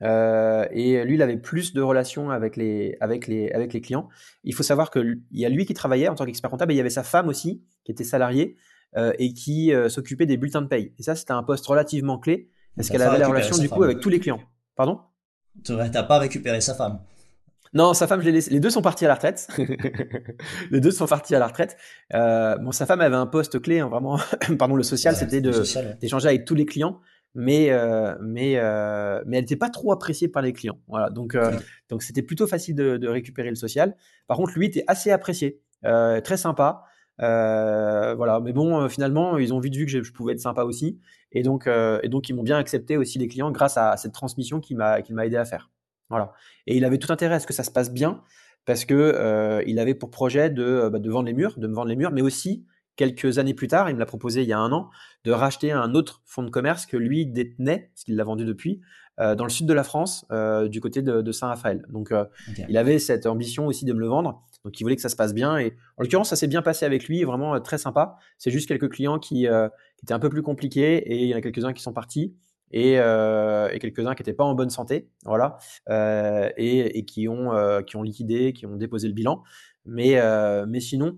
Et lui, il avait plus de relations avec les clients. Il faut savoir qu'il y a lui qui travaillait en tant qu'expert comptable et il y avait sa femme aussi, qui était salariée et qui s'occupait des bulletins de paye. Et ça, c'était un poste relativement clé donc parce t'as qu'elle pas avait la récupéré relation sa du coup femme. avec tous les clients. Pardon? T'as pas récupéré sa femme. Non, sa femme, je l'ai laissé. Les deux sont partis à la retraite. Les deux sont partis à la retraite. Bon, sa femme avait un poste clé, hein, vraiment. Pardon, le social, Ouais, c'était le social, ouais. d'échanger avec tous les clients, mais elle n'était pas trop appréciée par les clients. Voilà, Ok. donc c'était plutôt facile de récupérer le social. Par contre, lui était assez apprécié, très sympa. Voilà, mais bon, finalement, ils ont vite vu que je pouvais être sympa aussi, et donc ils m'ont bien accepté aussi les clients grâce à cette transmission qu'il m'a aidé à faire. Voilà. Et il avait tout intérêt à ce que ça se passe bien parce que il avait pour projet de vendre les murs, de me vendre les murs, mais aussi quelques années plus tard, il me l'a proposé il y a un an, de racheter un autre fonds de commerce que lui détenait, parce qu'il l'a vendu depuis, dans le sud de la France, du côté de Saint-Raphaël. Donc Ok. il avait cette ambition aussi de me le vendre. Donc il voulait que ça se passe bien. Et en l'occurrence, ça s'est bien passé avec lui, vraiment très sympa. C'est juste quelques clients qui étaient un peu plus compliqués et il y en a quelques-uns qui sont partis et quelques-uns qui n'étaient pas en bonne santé, voilà, et qui ont liquidé, qui ont déposé le bilan. Mais sinon,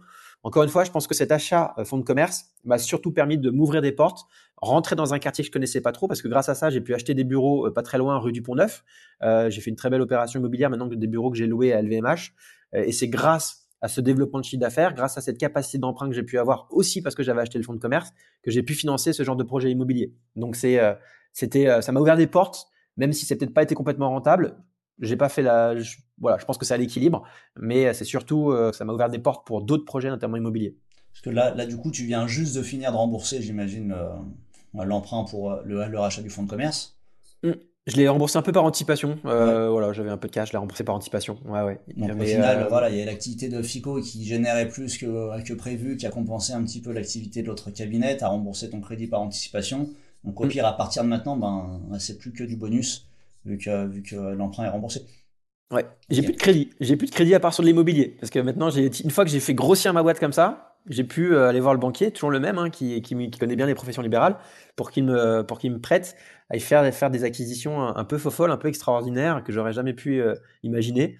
Encore une fois, je pense que cet achat fonds de commerce m'a surtout permis de m'ouvrir des portes, rentrer dans un quartier que je connaissais pas trop, parce que grâce à ça, j'ai pu acheter des bureaux pas très loin, rue du Pont-Neuf. J'ai fait une très belle opération immobilière maintenant que des bureaux que j'ai loués à LVMH. Et c'est grâce à ce développement de chiffre d'affaires, grâce à cette capacité d'emprunt que j'ai pu avoir aussi parce que j'avais acheté le fonds de commerce, que j'ai pu financer ce genre de projet immobilier. Donc ça m'a ouvert des portes, même si c'est peut-être pas été complètement rentable. J'ai pas fait voilà, je pense que c'est à l'équilibre, mais c'est surtout ça m'a ouvert des portes pour d'autres projets, notamment immobiliers. Parce que là, du coup, tu viens juste de finir de rembourser, j'imagine, l'emprunt pour le rachat du fonds de commerce. Mmh. Je l'ai remboursé un peu par anticipation. Ouais. Voilà, j'avais un peu de cash, je l'ai remboursé par anticipation. Ouais, ouais. Donc au Mais final, voilà, il y a l'activité de FICO qui générait plus que prévu, qui a compensé un petit peu l'activité de l'autre cabinet, tu as remboursé ton crédit par anticipation. Donc au mmh. pire, à partir de maintenant, ben, c'est plus que du bonus, vu que l'emprunt est remboursé. Ouais, j'ai plus Ok. de crédit. J'ai plus de crédit à part sur de l'immobilier. Parce que maintenant, une fois que j'ai fait grossir ma boîte comme ça, j'ai pu aller voir le banquier, toujours le même, hein, qui connaît bien les professions libérales, pour qu'il me prête à y faire des acquisitions un peu folles, un peu extraordinaires, que j'aurais jamais pu imaginer.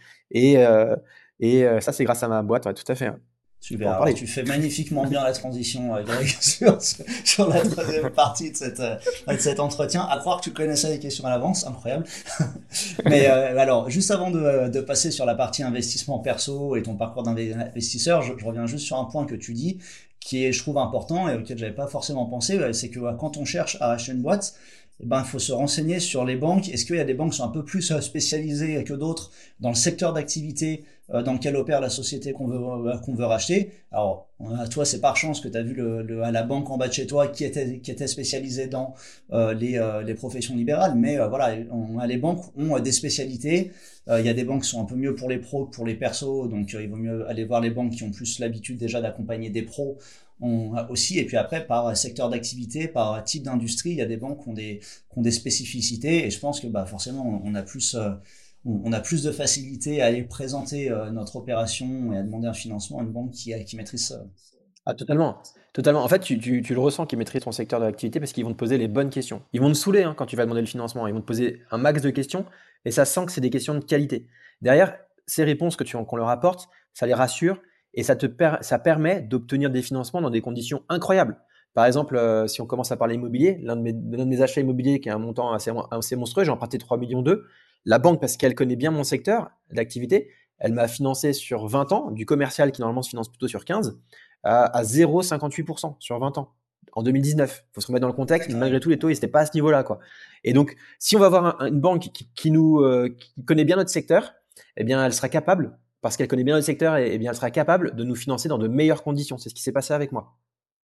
Et ça, c'est grâce à ma boîte, ouais, tout à fait, hein. On peut Super. en Alors parler. tu fais magnifiquement bien la transition, Greg, sur la troisième partie de cet entretien. À croire que tu connaissais les questions à l'avance, incroyable. Mais alors, juste avant de passer sur la partie investissement perso et ton parcours d'investisseur, je reviens juste sur un point que tu dis, qui est, je trouve, important et auquel j'avais pas forcément pensé, c'est que quand on cherche à acheter une boîte, eh ben, il faut se renseigner sur les banques. Est-ce qu'il y a des banques qui sont un peu plus spécialisées que d'autres dans le secteur d'activité dans lequel opère la société qu'on veut racheter? Alors, toi, c'est par chance que tu as vu à la banque en bas de chez toi qui était spécialisée dans les professions libérales, mais voilà, les banques ont des spécialités. Il y a des banques qui sont un peu mieux pour les pros que pour les persos, donc il vaut mieux aller voir les banques qui ont plus l'habitude déjà d'accompagner des pros aussi. Et puis après, par secteur d'activité, par type d'industrie, il y a des banques qui ont des spécificités, et je pense que bah, forcément, on a plus de facilité à aller présenter notre opération et à demander un financement à une banque qui maîtrise ça. Ah, totalement. Totalement. En fait, tu le ressens qu'ils maîtrisent ton secteur d'activité parce qu'ils vont te poser les bonnes questions. Ils vont te saouler hein, quand tu vas demander le financement. Ils vont te poser un max de questions et ça sent que c'est des questions de qualité. Derrière, ces réponses qu'on leur apporte, ça les rassure et ça permet d'obtenir des financements dans des conditions incroyables. Par exemple, si on commence à parler immobilier, l'un de mes achats immobiliers qui a un montant assez monstrueux, j'ai emprunté 3 millions d'euros. La banque, parce qu'elle connaît bien mon secteur d'activité, elle m'a financé sur 20 ans, du commercial qui normalement se finance plutôt sur 15 à 0,58% sur 20 ans en 2019. Il faut se remettre dans le contexte, mais Ouais. malgré tout, les taux, ils n'étaient pas à ce niveau-là, quoi. Et donc, si on va avoir une banque qui connaît bien notre secteur, eh bien, elle sera capable, parce qu'elle connaît bien notre secteur, et bien, elle sera capable de nous financer dans de meilleures conditions. C'est ce qui s'est passé avec moi.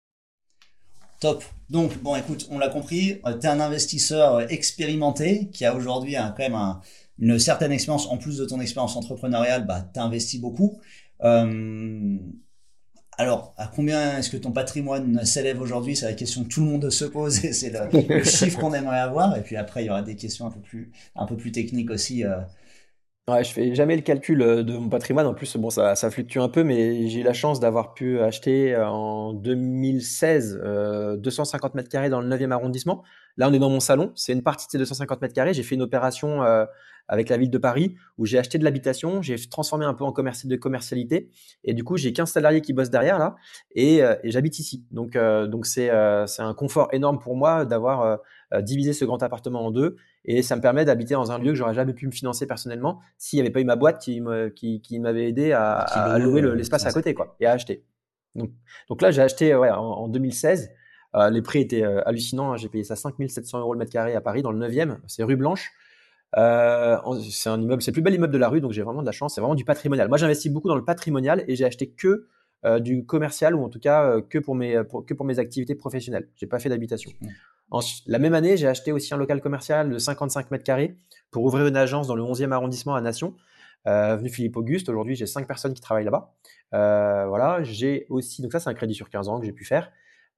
Top. Donc, bon, écoute, on l'a compris, tu es un investisseur expérimenté qui a aujourd'hui quand même une certaine expérience. En plus de ton expérience entrepreneuriale, bah, tu investi beaucoup. Euh, alors, à combien est-ce que ton patrimoine s'élève aujourd'hui? C'est la question que tout le monde se pose et c'est le chiffre qu'on aimerait avoir. Et puis après, il y aura des questions un peu plus techniques aussi. Ouais, je fais jamais le calcul de mon patrimoine. En plus, bon, ça fluctue un peu, mais j'ai eu la chance d'avoir pu acheter en 2016 250 mètres carrés dans le 9e arrondissement. Là, on est dans mon salon. C'est une partie de ces 250 mètres carrés. J'ai fait une opération avec la ville de Paris où j'ai acheté de l'habitation, j'ai transformé un peu en de commercialité. Et du coup, j'ai 15 salariés qui bossent derrière là et j'habite ici. Donc c'est un confort énorme pour moi d'avoir divisé ce grand appartement en deux et ça me permet d'habiter dans un lieu que j'aurais jamais pu me financer personnellement s'il n'y avait pas eu ma boîte qui m'avait aidé à Kilo, louer l'espace à côté quoi, et à acheter. Donc, donc là, j'ai acheté ouais, en 2016. Les prix étaient hallucinants, hein. J'ai payé ça 5 700 euros le mètre carré à Paris, dans le 9e. C'est rue Blanche. C'est un immeuble, c'est le plus bel immeuble de la rue, donc j'ai vraiment de la chance. C'est vraiment du patrimonial. Moi, j'investis beaucoup dans le patrimonial et j'ai acheté que du commercial ou en tout cas que pour mes activités professionnelles. J'ai pas fait d'habitation. La même année, j'ai acheté aussi un local commercial de 55 mètres carrés pour ouvrir une agence dans le 11e arrondissement à Nation, avenue Philippe Auguste. Aujourd'hui, j'ai 5 personnes qui travaillent là-bas. Voilà, j'ai aussi, donc ça, c'est un crédit sur 15 ans que j'ai pu faire.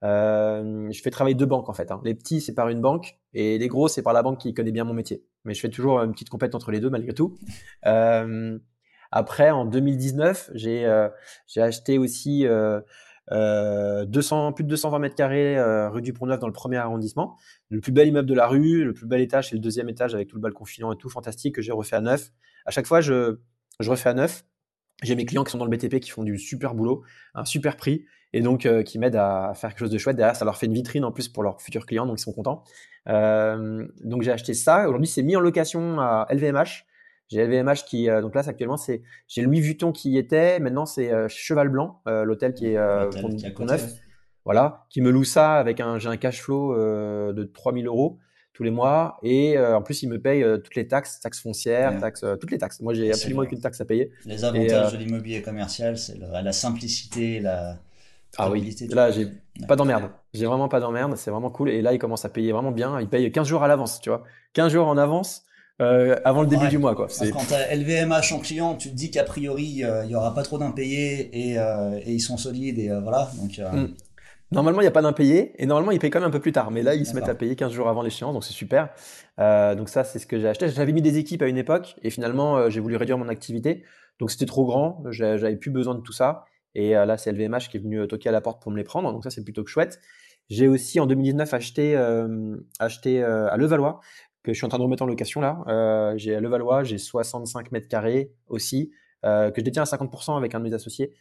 Je fais travailler deux banques en fait, hein. Les petits, c'est par une banque et les gros, c'est par la banque qui connaît bien mon métier. Mais je fais toujours une petite compète entre les deux malgré tout. Euh, Après, en 2019, j'ai acheté aussi 200, plus de 220 mètres carrés rue du Pont-Neuf dans le premier arrondissement. Le plus bel immeuble de la rue, le plus bel étage, c'est le deuxième étage avec tout le balcon filant et tout fantastique que j'ai refait à neuf. À chaque fois, je refais à neuf. J'ai mes clients qui sont dans le BTP qui font du super boulot, un super prix, et donc qui m'aident à faire quelque chose de chouette. Derrière, ça leur fait une vitrine en plus pour leurs futurs clients, donc ils sont contents. Donc j'ai acheté ça. Aujourd'hui, c'est mis en location à LVMH. J'ai LVMH donc là, actuellement, j'ai Louis Vuitton qui y était. Maintenant, c'est Cheval Blanc, l'hôtel qui est L'hôtel qui est à côté. Pont-Neuf. Voilà, qui me loue ça avec j'ai un cash flow de 3 000 euros tous les mois. Et en plus, il me paye toutes les taxes foncières, toutes les taxes. Moi, j'ai absolument aucune taxe à payer. Les avantages de l'immobilier commercial, c'est la simplicité, la Ah oui, stabilité. là, j'ai pas d'emmerde. J'ai vraiment pas d'emmerde. C'est vraiment cool. Et là, il commence à payer vraiment bien. Il paye 15 jours à l'avance, tu vois. 15 jours en avance avant le début du mois, quoi. Quand tu as LVMH en client, tu te dis qu'a priori, il n'y aura pas trop d'impayés et ils sont solides. Et voilà. Donc, Normalement, il n'y a pas d'impayé et normalement, ils payent quand même un peu plus tard. Mais là, ils se mettent à d'accord. payer 15 jours avant l'échéance, donc c'est super. Donc ça, c'est ce que j'ai acheté. J'avais mis des équipes à une époque et finalement, j'ai voulu réduire mon activité. Donc c'était trop grand, j'avais plus besoin de tout ça. Et là, c'est LVMH qui est venu toquer à la porte pour me les prendre. Donc ça, c'est plutôt chouette. J'ai aussi en 2019 acheté à Levallois, que je suis en train de remettre en location là. J'ai à Levallois, j'ai 65 mètres carrés aussi, que je détiens à 50% avec un de mes associés.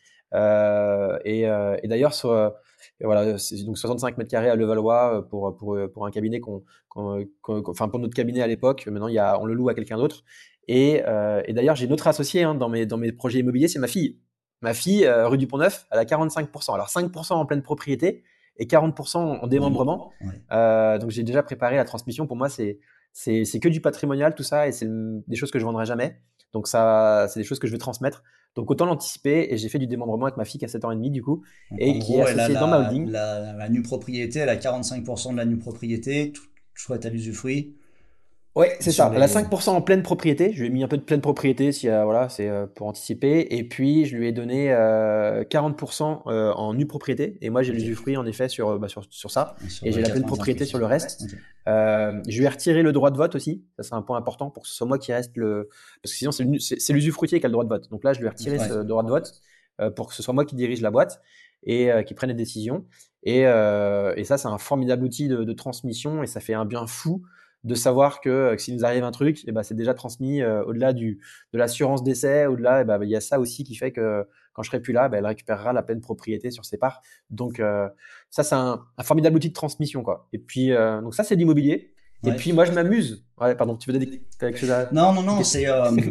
Et d'ailleurs, et voilà, c'est donc 65 mètres carrés à Levallois pour un cabinet enfin pour notre cabinet à l'époque. Maintenant, on le loue à quelqu'un d'autre. Et d'ailleurs, j'ai une autre associée dans mes projets immobiliers, c'est ma fille. Ma fille, rue du Pont-Neuf, elle a 45%. Alors 5% en pleine propriété et 40% en démembrement. Ouais. Donc j'ai déjà préparé la transmission. Pour moi, c'est que du patrimonial, tout ça, et c'est des choses que je vendrai jamais. Donc ça, c'est des choses que je vais transmettre. Donc autant l'anticiper, et j'ai fait du démembrement avec ma fille qui a 7 ans et demi du coup, Donc, en et qui est gros, elle a associée dans ma holding. la nue propriété, elle a 45% de la nue propriété, soit à l'usufruit. Ouais, Et c'est sur ça. Elle a les. 5% en pleine propriété. Je lui ai mis un peu de pleine propriété, voilà, c'est pour anticiper. Et puis, je lui ai donné 40% en nue propriété. Et moi, j'ai Ok. l'usufruit, en effet, sur ça. Sur Et j'ai la pleine 95 propriété plus. sur le reste. Ok. Je lui ai retiré le droit de vote aussi. Ça, c'est un point important pour que ce soit moi qui reste le. Parce que sinon, c'est l'usufruitier qui a le droit de vote. Donc là, je lui ai retiré Ouais. ce droit de vote pour que ce soit moi qui dirige la boîte et qui prenne les décisions. Et ça, c'est un formidable outil de transmission, et ça fait un bien fou de savoir que s'il nous arrive un truc, et ben, c'est déjà transmis au-delà de l'assurance décès, au-delà, il y a ça aussi qui fait que quand je serai plus là, elle récupérera la pleine propriété sur ses parts. Donc ça, c'est un formidable outil de transmission, quoi. Et puis donc ça, c'est l'immobilier. Et Ouais. puis moi, je m'amuse. Ouais, pardon, tu veux dire quelque chose à Non, non, une non, question?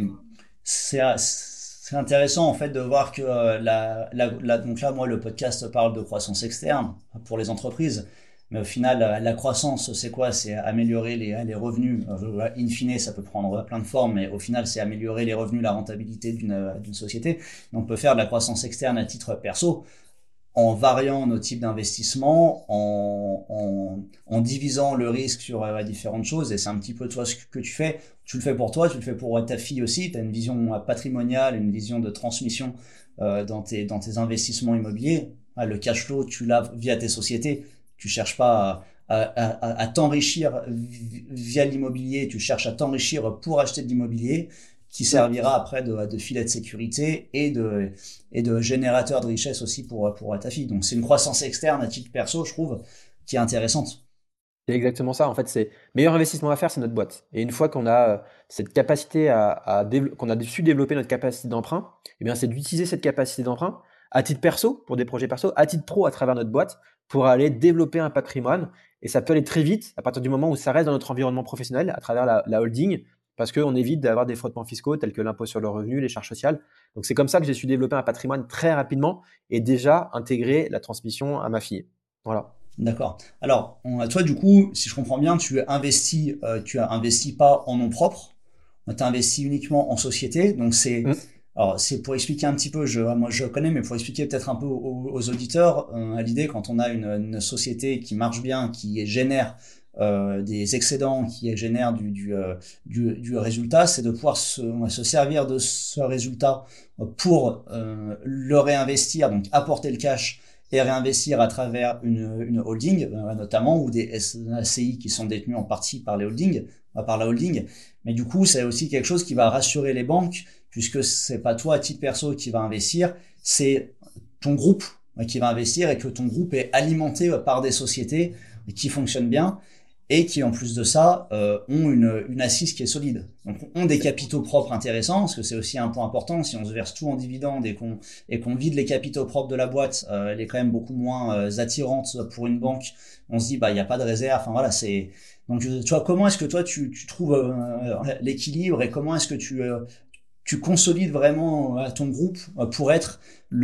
c'est intéressant en fait de voir que donc là, moi, le podcast parle de croissance externe pour les entreprises. Mais au final, la croissance, c'est quoi? C'est améliorer les revenus. In fine, ça peut prendre plein de formes, mais au final, c'est améliorer les revenus, la rentabilité d'une société. Donc, on peut faire de la croissance externe à titre perso en variant nos types d'investissement, en divisant le risque sur différentes choses. Et c'est un petit peu toi ce que tu fais. Tu le fais pour toi, tu le fais pour ta fille aussi. Tu as une vision patrimoniale, une vision de transmission dans tes investissements immobiliers. Le cash flow, tu l'as via tes sociétés. Tu cherches pas à t'enrichir via l'immobilier, tu cherches à t'enrichir pour acheter de l'immobilier qui servira après de filet de sécurité et de générateur de richesse aussi pour ta fille. Donc c'est une croissance externe à titre perso, je trouve, qui est intéressante. C'est exactement ça. En fait, c'est meilleur investissement à faire, c'est notre boîte. Et une fois qu'on a cette capacité qu'on a su développer notre capacité d'emprunt, eh bien, c'est d'utiliser cette capacité d'emprunt à titre perso, pour des projets perso, à titre pro, à travers notre boîte, pour aller développer un patrimoine. Et ça peut aller très vite à partir du moment où ça reste dans notre environnement professionnel, à travers la holding, parce qu'on évite d'avoir des frottements fiscaux tels que l'impôt sur le revenu, les charges sociales. Donc, c'est comme ça que j'ai su développer un patrimoine très rapidement et déjà intégrer la transmission à ma fille. Voilà. D'accord. Alors, toi, du coup, si je comprends bien, tu as investi pas en nom propre, tu as investi uniquement en société. Donc, Mm. alors, c'est pour expliquer un petit peu, moi je connais, mais pour expliquer peut-être un peu aux auditeurs, à l'idée, quand on a une société qui marche bien, qui génère des excédents, qui génère du résultat, c'est de pouvoir se servir de ce résultat pour le réinvestir, donc apporter le cash et réinvestir à travers une holding, notamment, ou des SCI qui sont détenus en partie par les holdings, par la holding. Mais du coup, c'est aussi quelque chose qui va rassurer les banques, puisque c'est pas toi à titre perso qui va investir, c'est ton groupe qui va investir, et que ton groupe est alimenté par des sociétés qui fonctionnent bien. et qui en plus de ça ont une assise qui est solide. Donc ont des capitaux propres intéressants, parce que c'est aussi un point important. Si on se verse tout en dividendes et qu'on vide les capitaux propres de la boîte, elle est quand même beaucoup moins attirante pour une banque. On se dit bah il y a pas de réserve. Enfin voilà, c'est donc tu vois, comment est-ce que toi tu trouves l'équilibre et comment est-ce que tu consolides vraiment ton groupe pour être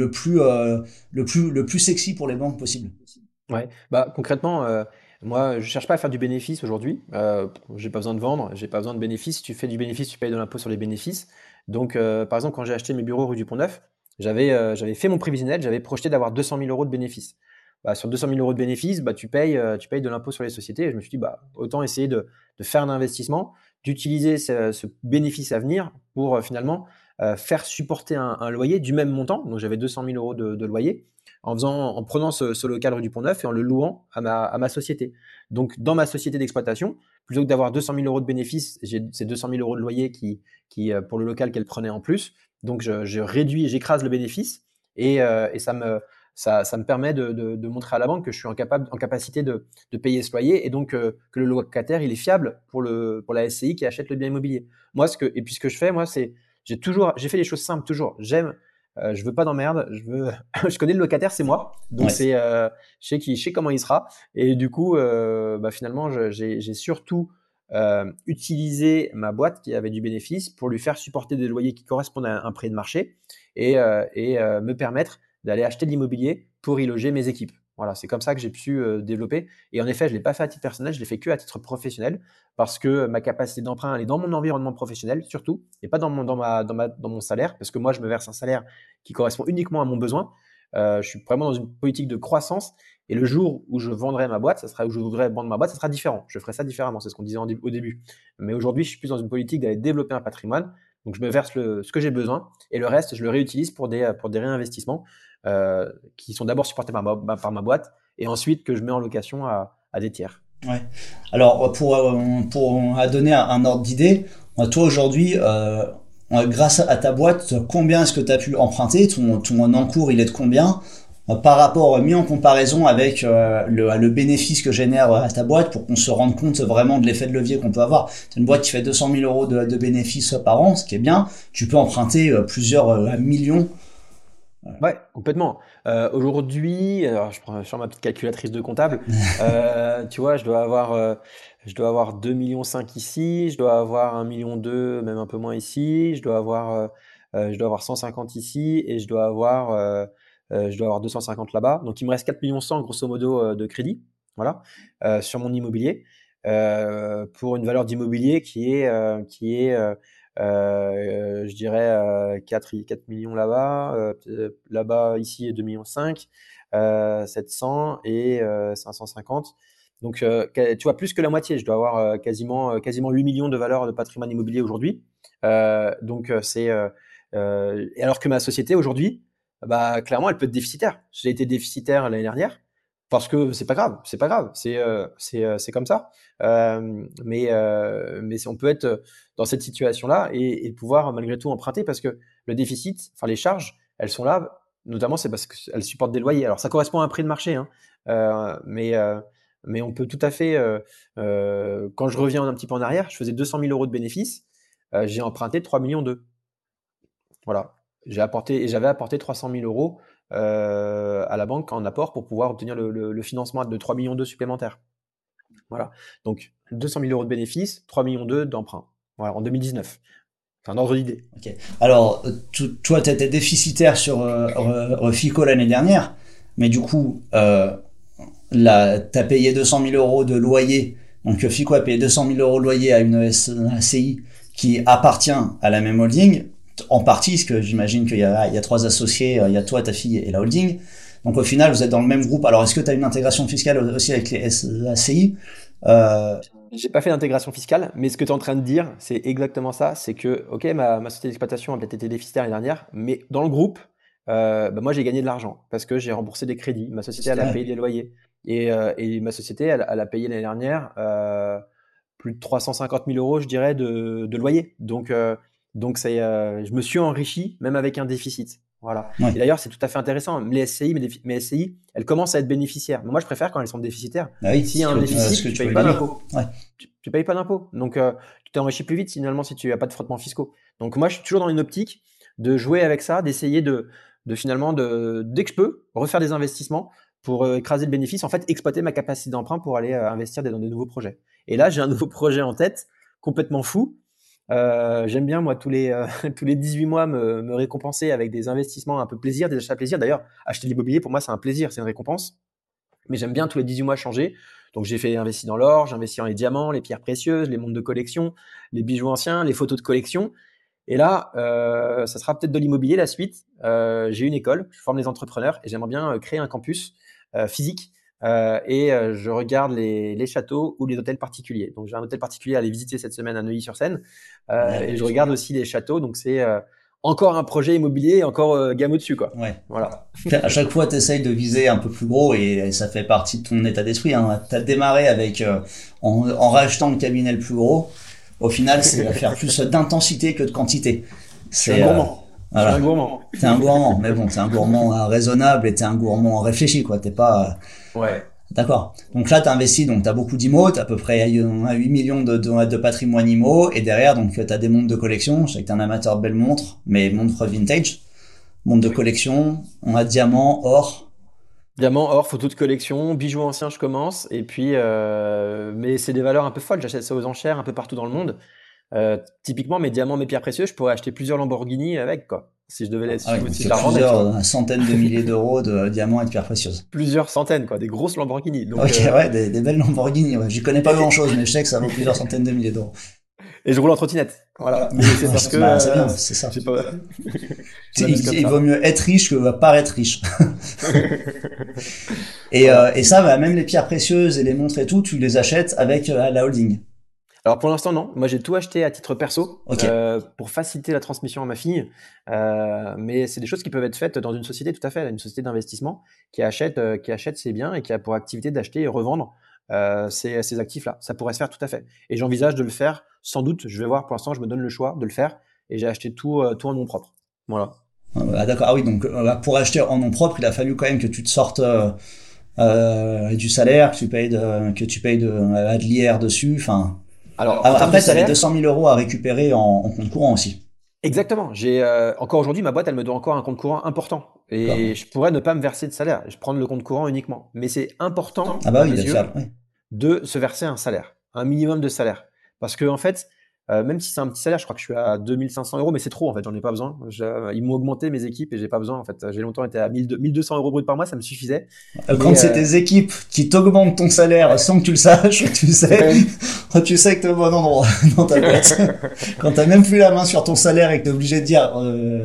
le plus sexy pour les banques possible. Ouais, bah, concrètement, moi, je cherche pas à faire du bénéfice aujourd'hui. J'ai pas besoin de vendre, j'ai pas besoin de bénéfice. Si tu fais du bénéfice, tu payes de l'impôt sur les bénéfices. Donc, par exemple, quand j'ai acheté mes bureaux rue du Pont-Neuf, j'avais fait mon prévisionnel, j'avais projeté d'avoir 200 000 euros de bénéfices. Bah, sur 200 000 euros de bénéfices, bah, tu payes de l'impôt sur les sociétés. Et je me suis dit, bah, autant essayer de faire un investissement, d'utiliser ce bénéfice à venir pour finalement faire supporter un loyer du même montant. Donc, j'avais 200 000 euros de loyer en prenant ce local rue du Pont-Neuf et en le louant à ma société. Donc, dans ma société d'exploitation, plutôt que d'avoir 200 000 euros de bénéfices, j'ai ces 200 000 euros de loyer pour le local qu'elle prenait en plus. Donc, je réduis, j'écrase le bénéfice et ça me permet de montrer à la banque que je suis en capacité de payer ce loyer et donc que le locataire, il est fiable pour la SCI qui achète le bien immobilier. Et puis ce que je fais, moi, c'est j'ai fait les choses simples toujours. Je veux pas d'emmerde. Je connais le locataire, c'est moi. Donc Ouais. je sais comment il sera. Et du coup, bah, finalement, j'ai surtout utilisé ma boîte qui avait du bénéfice pour lui faire supporter des loyers qui correspondent à un prix de marché et me permettre d'aller acheter de l'immobilier pour y loger mes équipes. Voilà, c'est comme ça que j'ai pu développer. Et en effet, je ne l'ai pas fait à titre personnel, je l'ai fait que à titre professionnel parce que ma capacité d'emprunt, elle est dans mon environnement professionnel surtout, et pas dans mon salaire, parce que moi, je me verse un salaire qui correspond uniquement à mon besoin. Je suis vraiment dans une politique de croissance. Et le jour où je vendrai ma boîte, où je voudrais vendre ma boîte, ça sera différent. Je ferai ça différemment, c'est ce qu'on disait au début. Mais aujourd'hui, je suis plus dans une politique d'aller développer un patrimoine. Donc, je me verse ce que j'ai besoin et le reste, je le réutilise pour des réinvestissements qui sont d'abord supportés par ma boîte et ensuite que je mets en location à des tiers. Ouais. Alors pour donner un ordre d'idée, toi aujourd'hui, grâce à ta boîte, combien est-ce que tu as pu emprunter? Ton encours, il est de combien? Par rapport, mis en comparaison avec le bénéfice que génère ta boîte pour qu'on se rende compte vraiment de l'effet de levier qu'on peut avoir. C'est une boîte qui fait 200 000 euros de bénéfices par an, ce qui est bien. Tu peux emprunter plusieurs millions. Ouais, complètement. Aujourd'hui, alors je prends sur ma petite calculatrice de comptable, tu vois, je dois avoir 2,5 millions ici, je dois avoir 1,2 million, même un peu moins ici, je dois avoir 150 ici et je dois avoir 250 là-bas. Donc il me reste 4,1 millions grosso modo de crédit, voilà, sur mon immobilier, pour une valeur d'immobilier je dirais 4 millions là-bas, là-bas, ici 2,5 millions, 700 et 550. Donc, tu vois, plus que la moitié, je dois avoir quasiment 8 millions de valeur de patrimoine immobilier aujourd'hui. Et alors que ma société aujourd'hui, bah, clairement, elle peut être déficitaire. J'ai été déficitaire l'année dernière parce que c'est pas grave, c'est comme ça. Mais on peut être dans cette situation-là et pouvoir malgré tout emprunter parce que le déficit, enfin les charges, elles sont là, notamment c'est parce qu'elles supportent des loyers. Alors ça correspond à un prix de marché, hein, mais on peut tout à fait, quand je reviens un petit peu en arrière, je faisais 200 000 euros de bénéfices, j'ai emprunté 3,2 millions. Voilà. J'avais apporté 300 000 euros à la banque en apport pour pouvoir obtenir le financement de 3,2 millions supplémentaires. Voilà. Donc 200 000 euros de bénéfices, 3,2 millions d'emprunt. Voilà, en 2019. C'est un ordre d'idée. Ok. Alors, toi, tu étais déficitaire sur FICO l'année dernière, mais du coup, tu as payé 200 000 euros de loyer. Donc, FICO a payé 200 000 euros de loyer à une SCI qui appartient à la même holding, en partie, parce que j'imagine qu'il y a trois associés, il y a toi, ta fille et la holding. Donc, au final, vous êtes dans le même groupe. Alors, est-ce que tu as une intégration fiscale aussi avec les SCI? J'ai pas fait d'intégration fiscale, mais ce que tu es en train de dire, c'est exactement ça. C'est que, ok, ma société d'exploitation a peut-être été déficitaire l'année dernière, mais dans le groupe, bah, moi j'ai gagné de l'argent parce que j'ai remboursé des crédits. Ma société, elle a payé des loyers. Et ma société, elle a payé l'année dernière plus de 350 000 euros, je dirais, de loyer. Donc je me suis enrichi même avec un déficit. Voilà. Ouais. Et d'ailleurs, c'est tout à fait intéressant. Les SCI, mes SCI, elles commencent à être bénéficiaires. Mais moi, je préfère quand elles sont déficitaires. Ah oui, S'il y a un ce déficit, que tu tu payes voulais pas dire. d'impôt. Ouais. Tu payes pas d'impôt. Donc, tu t'enrichis plus vite finalement si tu n'as pas de frottements fiscaux. Donc, moi, je suis toujours dans une optique de jouer avec ça, d'essayer de finalement, dès que je peux, refaire des investissements pour écraser le bénéfice, en fait, exploiter ma capacité d'emprunt pour aller investir dans des nouveaux projets. Et là, j'ai un nouveau projet en tête, complètement fou. J'aime bien, moi, tous les, tous les 18 mois, me récompenser avec des investissements un peu plaisir, des achats plaisir. D'ailleurs, acheter de l'immobilier, pour moi, c'est un plaisir, c'est une récompense. Mais j'aime bien tous les 18 mois changer. Donc, j'ai fait investir dans l'or, j'ai investi dans les diamants, les pierres précieuses, les montres de collection, les bijoux anciens, les photos de collection. Et là, ça sera peut-être de l'immobilier la suite. J'ai une école, je forme des entrepreneurs et j'aimerais bien créer un campus physique. Je regarde les châteaux ou les hôtels particuliers. Donc j'ai un hôtel particulier à aller visiter cette semaine à Neuilly-sur-Seine. Et je regarde aussi les châteaux. Donc c'est encore un projet immobilier, encore gamme au-dessus, quoi. Ouais. Voilà. À chaque fois, tu essayes de viser un peu plus gros et ça fait partie de ton état d'esprit. Hein. Tu as démarré avec en rachetant le cabinet le plus gros. Au final, c'est faire plus d'intensité que de quantité. C'est un gourmand. Voilà. Je suis un gourmand. T'es un gourmand, mais bon, t'es un gourmand raisonnable et t'es un gourmand réfléchi, quoi. T'es pas. Ouais. D'accord. Donc là, t'as investi, donc t'as beaucoup d'IMO, t'as à peu près 8 millions de patrimoine IMO, et derrière, donc t'as des montres de collection. Je sais que t'es un amateur de belles montres, mais montres vintage, montres de collection. On a diamant, or. Diamant, or, photos de collection, bijoux anciens, je commence. Et puis, mais c'est des valeurs un peu folles. J'achète ça aux enchères un peu partout dans le monde. Typiquement, mes diamants, mes pierres précieuses, je pourrais acheter plusieurs Lamborghini avec, quoi. Si je devais Ah oui, si je la revendais, plusieurs centaines de milliers d'euros de diamants et de pierres précieuses. plusieurs centaines, quoi, des grosses Lamborghini. Donc, Ok, ouais, des belles Lamborghini. Ouais. J'y connais pas grand chose, mais je sais que ça vaut plusieurs centaines de milliers d'euros. et je roule en trottinette. Voilà. Mais c'est parce que C'est bien, c'est ça. j'ai pas. Il vaut mieux être riche que paraître riche. Et ça, bah, même les pierres précieuses et les montres et tout, tu les achètes avec la holding. Alors pour l'instant non, moi j'ai tout acheté à titre perso Ok. pour faciliter la transmission à ma fille. Mais c'est des choses qui peuvent être faites dans une société, tout à fait, une société d'investissement qui achète ses biens et qui a pour activité d'acheter et revendre ces actifs-là. Ça pourrait se faire tout à fait. Et j'envisage de le faire sans doute. Je vais voir. Pour l'instant, je me donne le choix de le faire et j'ai acheté tout en nom propre. Voilà. Ah, d'accord. Ah oui, donc pour acheter en nom propre, il a fallu quand même que tu te sortes du salaire, que tu payes de l'IR dessus. Enfin. Alors Après, tu avais 200 000 euros à récupérer en compte courant aussi. Exactement. J'ai encore aujourd'hui, ma boîte, elle me doit encore un compte courant important. Et je pourrais ne pas me verser de salaire. Je prends le compte courant uniquement. Mais c'est important à mes yeux, de se verser un salaire, un minimum de salaire. Parce que en fait, même si c'est un petit salaire, je crois que je suis à 2500 euros, mais c'est trop en fait, j'en ai pas besoin. Ils m'ont augmenté mes équipes et j'ai pas besoin en fait. J'ai longtemps été à 1200 euros brut par mois, ça me suffisait. Quand c'est tes équipes qui t'augmentent ton salaire sans que tu le saches, tu sais que t'es au bon endroit dans ta boîte. Quand t'as même plus la main sur ton salaire et que t'es obligé de dire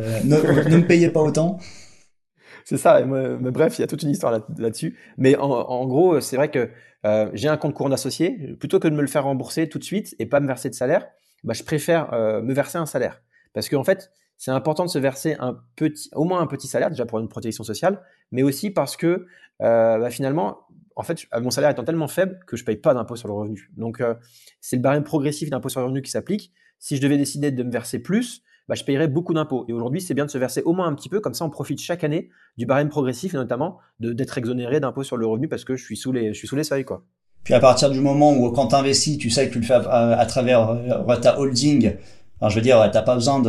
ne me payez pas autant. C'est ça, mais bref, il y a toute une histoire là-dessus. Mais en gros, c'est vrai que j'ai un compte courant associé. Plutôt que de me le faire rembourser tout de suite et pas me verser de salaire, bah, je préfère me verser un salaire. Parce qu'en fait, c'est important de se verser au moins un petit salaire, déjà pour une protection sociale, mais aussi parce que finalement, en fait, mon salaire étant tellement faible que je paye pas d'impôt sur le revenu. Donc, c'est le barème progressif d'impôt sur le revenu qui s'applique. Si je devais décider de me verser plus, bah, je payerais beaucoup d'impôts. Et aujourd'hui, c'est bien de se verser au moins un petit peu, comme ça on profite chaque année du barème progressif et notamment d'être exonéré d'impôt sur le revenu parce que je suis sous les seuils, quoi. Puis à partir du moment où quand t'investis, tu sais que tu le fais à travers ta holding. Enfin, je veux dire, t'as pas besoin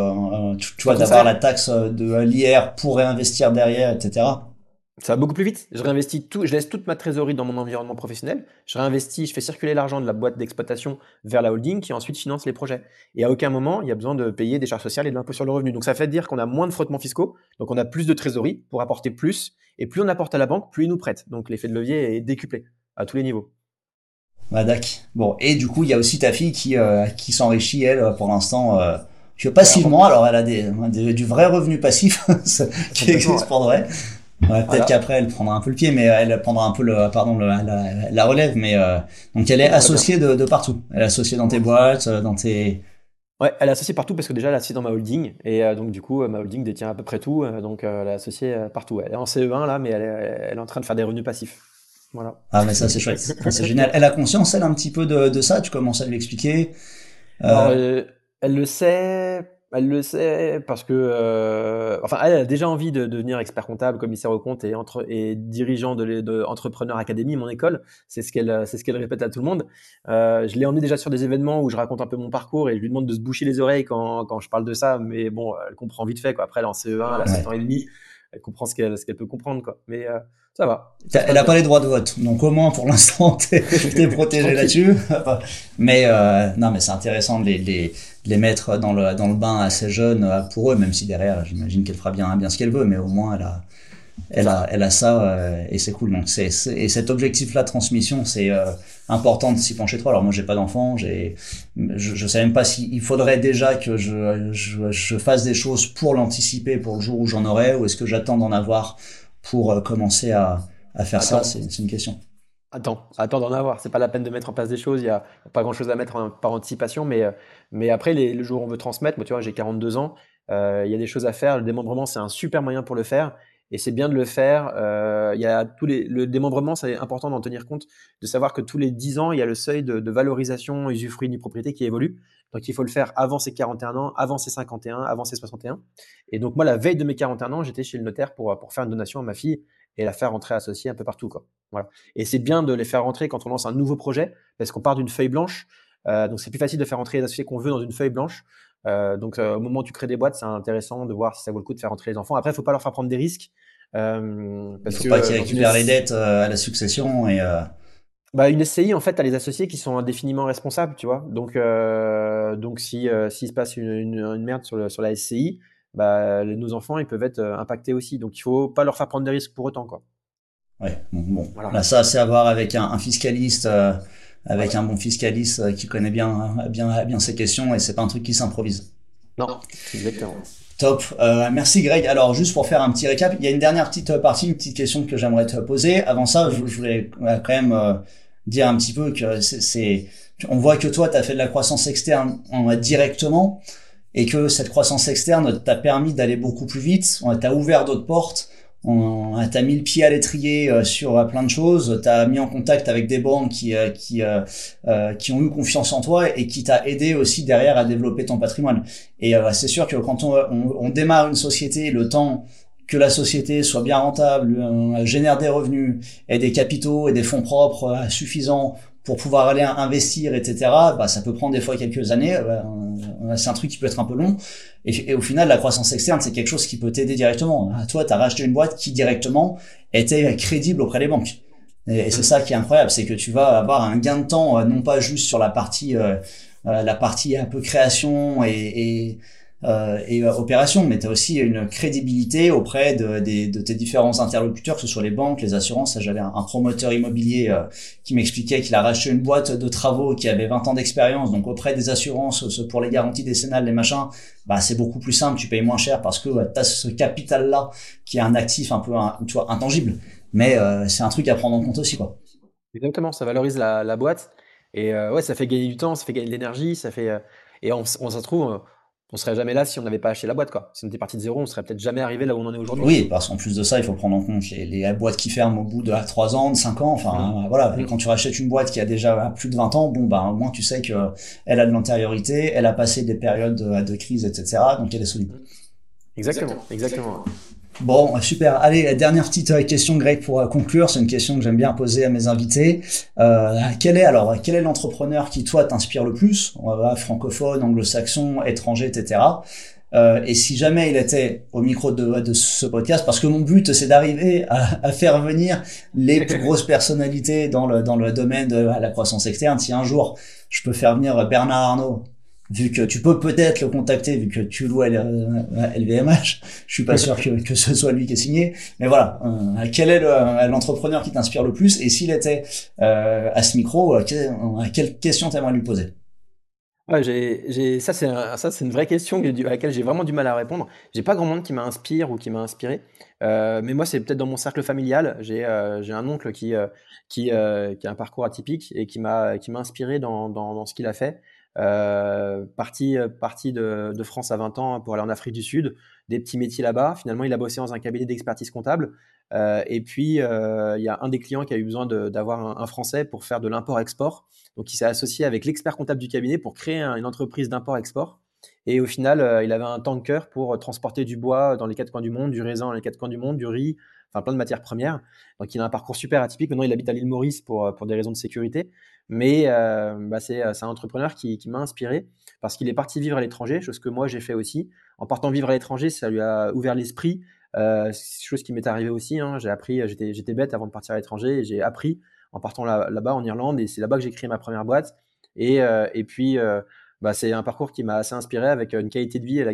tu vois, d'avoir la taxe de l'IR pour réinvestir derrière, etc. Ça va beaucoup plus vite. Je réinvestis tout, je laisse toute ma trésorerie dans mon environnement professionnel. Je réinvestis, je fais circuler l'argent de la boîte d'exploitation vers la holding qui ensuite finance les projets. Et à aucun moment, il y a besoin de payer des charges sociales et de l'impôt sur le revenu. Donc ça fait dire qu'on a moins de frottements fiscaux, donc on a plus de trésorerie pour apporter plus. Et plus on apporte à la banque, plus ils nous prêtent. Donc l'effet de levier est décuplé à tous les niveaux. Bah d'accord. Bon, et du coup, il y a aussi ta fille qui s'enrichit, elle, pour l'instant, passivement. Alors elle a du vrai revenu passif qui existe pour de vrai. Ouais, peut-être qu'après elle prendra un peu le pied, mais elle prendra un peu la relève. Mais donc elle est associée de partout. Elle est associée dans tes boîtes, dans tes. Ouais, elle est associée partout parce que déjà elle est associée dans ma holding et donc du coup ma holding détient à peu près tout, donc elle est associée partout. Elle est en CE1 là, mais elle est en train de faire des revenus passifs. Voilà. Ah mais ça c'est chouette, c'est génial. Elle a conscience elle un petit peu de ça. Tu commences à lui expliquer. Alors, elle le sait Elle le sait parce que, enfin, elle a déjà envie de devenir expert comptable, commissaire aux comptes et dirigeant de Entrepreneur Academy, mon école. C'est ce qu'elle répète à tout le monde. Je l'ai emmenée déjà sur des événements où je raconte un peu mon parcours et je lui demande de se boucher les oreilles quand je parle de ça. Mais bon, elle comprend vite fait, quoi. Après, elle est en CE1, elle a 7 ans et demi. Elle comprend ce qu'elle peut comprendre, quoi. Mais ça va, ça se Elle passe n'a pas bien. les droits de vote, donc au moins pour l'instant t'es protégé Tranquille. là-dessus. Mais non, mais c'est intéressant de les mettre dans le bain assez jeunes pour eux, même si derrière, j'imagine qu'elle fera bien ce qu'elle veut, mais au moins C'est ça. elle a ça et c'est cool. Donc et cet objectif-là de transmission, c'est important de s'y pencher trop. Alors moi, j'ai pas d'enfant, je sais même pas s'il faudrait déjà que je fasse des choses pour l'anticiper pour le jour où j'en aurai, ou est-ce que j'attends d'en avoir pour commencer à faire ça, Attends. c'est une question. Attends d'en avoir. C'est pas la peine de mettre en place des choses. Il y a pas grand-chose à mettre par anticipation, mais après, le jour où on veut transmettre, moi, tu vois, j'ai 42 ans, il y a des choses à faire. Le démembrement, c'est un super moyen pour le faire, et c'est bien de le faire. Il y a le démembrement, c'est important d'en tenir compte, de savoir que tous les 10 ans, il y a le seuil de valorisation usufruit ni propriété qui évolue. Donc, il faut le faire avant ses 41 ans, avant ses 51, avant ses 61. Et donc, moi, la veille de mes 41 ans, j'étais chez le notaire pour faire une donation à ma fille et la faire rentrer associée un peu partout, quoi. Voilà. Et c'est bien de les faire rentrer quand on lance un nouveau projet, parce qu'on part d'une feuille blanche. Donc c'est plus facile de faire rentrer les associés qu'on veut dans une feuille blanche. Au moment où tu crées des boîtes, c'est intéressant de voir si ça vaut le coup de faire rentrer les enfants. Après, il ne faut pas leur faire prendre des risques. Il Parce faut pas que qu'ils dans récupèrent les dettes à la succession et une SCI, en fait, tu as les associés qui sont indéfiniment responsables, tu vois. Donc s'il se passe une merde sur la SCI, nos enfants, ils peuvent être impactés aussi. Donc il ne faut pas leur faire prendre des risques pour autant, quoi. ouais, bon, Voilà. là ça c'est à voir avec un fiscaliste, avec un bon fiscaliste qui connaît bien ces questions, et c'est pas un truc qui s'improvise. Non, exactement. Top. Merci Greg. Alors juste pour faire un petit récap, il y a une dernière petite partie, une petite question que j'aimerais te poser. Avant ça, je voulais quand même dire un petit peu que on voit que toi, tu as fait de la croissance externe directement, et que cette croissance externe t'a permis d'aller beaucoup plus vite, on t'a ouvert d'autres portes, on t'a mis le pied à l'étrier sur plein de choses, t'as mis en contact avec des banques qui ont eu confiance en toi et qui t'a aidé aussi derrière à développer ton patrimoine. Et c'est sûr que quand on démarre une société, le temps que la société soit bien rentable, génère des revenus et des capitaux et des fonds propres suffisants pour pouvoir aller investir, etc., ça peut prendre des fois quelques années. C'est un truc qui peut être un peu long. Et au final, la croissance externe, c'est quelque chose qui peut t'aider directement. Toi, tu as racheté une boîte qui directement était crédible auprès des banques. Et c'est ça qui est incroyable, c'est que tu vas avoir un gain de temps, non pas juste sur la partie un peu création et opération, mais tu as aussi une crédibilité auprès de tes différents interlocuteurs, que ce soit les banques, les assurances. J'avais un promoteur immobilier qui m'expliquait qu'il a racheté une boîte de travaux qui avait 20 ans d'expérience, donc auprès des assurances, pour les garanties décennales, les machins, c'est beaucoup plus simple, tu payes moins cher parce que tu as ce capital-là qui est un actif un peu tu vois, intangible. Mais c'est un truc à prendre en compte aussi, quoi. Exactement, ça valorise la boîte et ouais, ça fait gagner du temps, ça fait gagner de l'énergie, et on ça se trouve, on serait jamais là si on n'avait pas acheté la boîte, quoi. Si on était parti de zéro, on serait peut-être jamais arrivé là où on en est aujourd'hui. Oui, parce qu'en plus de ça, il faut prendre en compte les boîtes qui ferment au bout de 3 ans, de 5 ans. Mmh. Enfin, voilà. Et Mmh. quand tu rachètes une boîte qui a déjà plus de 20 ans, bon, au moins tu sais que elle a de l'antériorité, elle a passé des périodes de crise, etc. Donc elle est solide. Mmh. Exactement, exactement, ouais. Bon, super. Allez, la dernière petite question, Greg, pour conclure. C'est une question que j'aime bien poser à mes invités. Quel est l'entrepreneur qui, toi, t'inspire le plus? Francophone, anglo-saxon, étranger, etc. Et si jamais il était au micro de ce podcast, parce que mon but, c'est d'arriver à faire venir les plus grosses personnalités dans le domaine de la croissance externe. Si un jour, je peux faire venir Bernard Arnault, vu que tu peux peut-être le contacter, vu que tu loues LVMH, je suis pas sûr que ce soit lui qui est signé. Mais voilà, quel est l'entrepreneur qui t'inspire le plus? Et s'il était à ce micro, quelle question t'aimerais lui poser? Ouais, ça, c'est une vraie question à laquelle j'ai vraiment du mal à répondre. J'ai pas grand monde qui m'inspire ou qui m'a inspiré, mais moi, c'est peut-être dans mon cercle familial. J'ai un oncle qui a un parcours atypique et qui m'a inspiré dans ce qu'il a fait. Parti de France à 20 ans pour aller en Afrique du Sud, des petits métiers là-bas. Finalement, il a bossé dans un cabinet d'expertise comptable. Et puis, il y a un des clients qui a eu besoin d'avoir un Français pour faire de l'import-export. Donc, il s'est associé avec l'expert comptable du cabinet pour créer une entreprise d'import-export. Et au final, il avait un tanker pour transporter du bois dans les 4 coins du monde, du raisin dans les 4 coins du monde, du riz, enfin plein de matières premières. Donc il a un parcours super atypique. Maintenant, il habite à l'île Maurice pour des raisons de sécurité. Mais c'est un entrepreneur qui m'a inspiré parce qu'il est parti vivre à l'étranger, chose que moi j'ai fait aussi. En partant vivre à l'étranger, ça lui a ouvert l'esprit. C'est chose qui m'est arrivé aussi, hein. J'ai appris, j'étais bête avant de partir à l'étranger et j'ai appris en partant là-bas en Irlande, et c'est là-bas que j'ai créé ma première boîte. Et puis, c'est un parcours qui m'a assez inspiré, avec une qualité de vie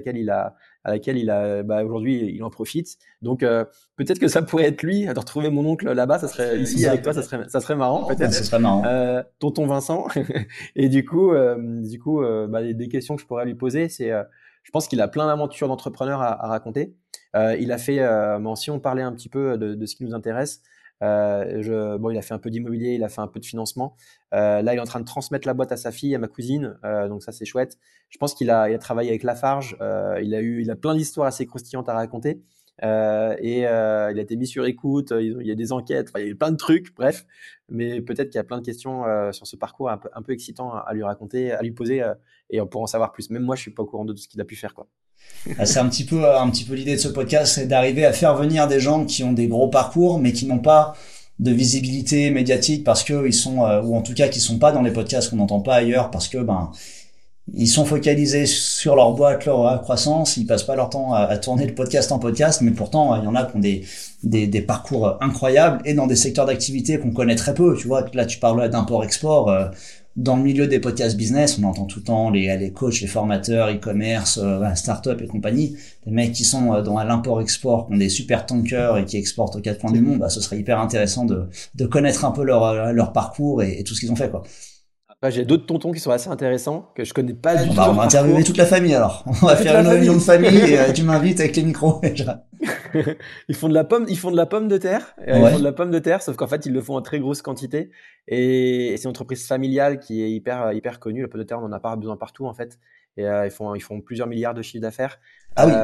aujourd'hui, il en profite. Donc, peut-être que ça pourrait être lui, de retrouver mon oncle là-bas, ça serait ici avec toi, ça serait marrant, peut-être. Ça serait marrant. Tonton Vincent. Et du coup, des questions que je pourrais lui poser, c'est, je pense qu'il a plein d'aventures d'entrepreneur à raconter. Il a fait, si on parlait un petit peu de ce qui nous intéresse, il a fait un peu d'immobilier, il a fait un peu de financement. Là, il est en train de transmettre la boîte à sa fille, à ma cousine, donc ça c'est chouette. Je pense qu'il a travaillé avec Lafarge. Il a plein d'histoires assez croustillantes à raconter. Il a été mis sur écoute. Il y a des enquêtes, il y a plein de trucs, bref. Mais peut-être qu'il y a plein de questions sur ce parcours un peu excitant à lui raconter, à lui poser, et on pourra en savoir plus. Même moi, je suis pas au courant de tout ce qu'il a pu faire, quoi. C'est un petit peu l'idée de ce podcast, c'est d'arriver à faire venir des gens qui ont des gros parcours, mais qui n'ont pas de visibilité médiatique parce que ils sont, ou en tout cas qui sont pas dans les podcasts, qu'on n'entend pas ailleurs, parce que ils sont focalisés sur leur boîte, leur croissance, ils passent pas leur temps à tourner de podcast en podcast, mais pourtant il y en a qui ont des parcours incroyables et dans des secteurs d'activité qu'on connaît très peu. Tu vois, là tu parles d'import-export. Dans le milieu des podcasts business, on entend tout le temps les coachs, les formateurs, e-commerce, start-up et compagnie, des mecs qui sont dans l'import-export, qui ont des super tankers et qui exportent aux 4 coins du monde. Ce serait hyper intéressant de connaître un peu leur parcours et tout ce qu'ils ont fait, quoi. J'ai d'autres tontons qui sont assez intéressants, que je connais pas du tout. On va interviewer toute la famille alors. On va faire une réunion de famille et tu m'invites avec les micros déjà. Ils font de la pomme de terre. Ouais. Ils font de la pomme de terre, sauf qu'en fait, ils le font en très grosse quantité. Et c'est une entreprise familiale qui est hyper connue. La pomme de terre, on en a pas besoin partout, en fait. Et ils font plusieurs milliards de chiffre d'affaires. Ah oui.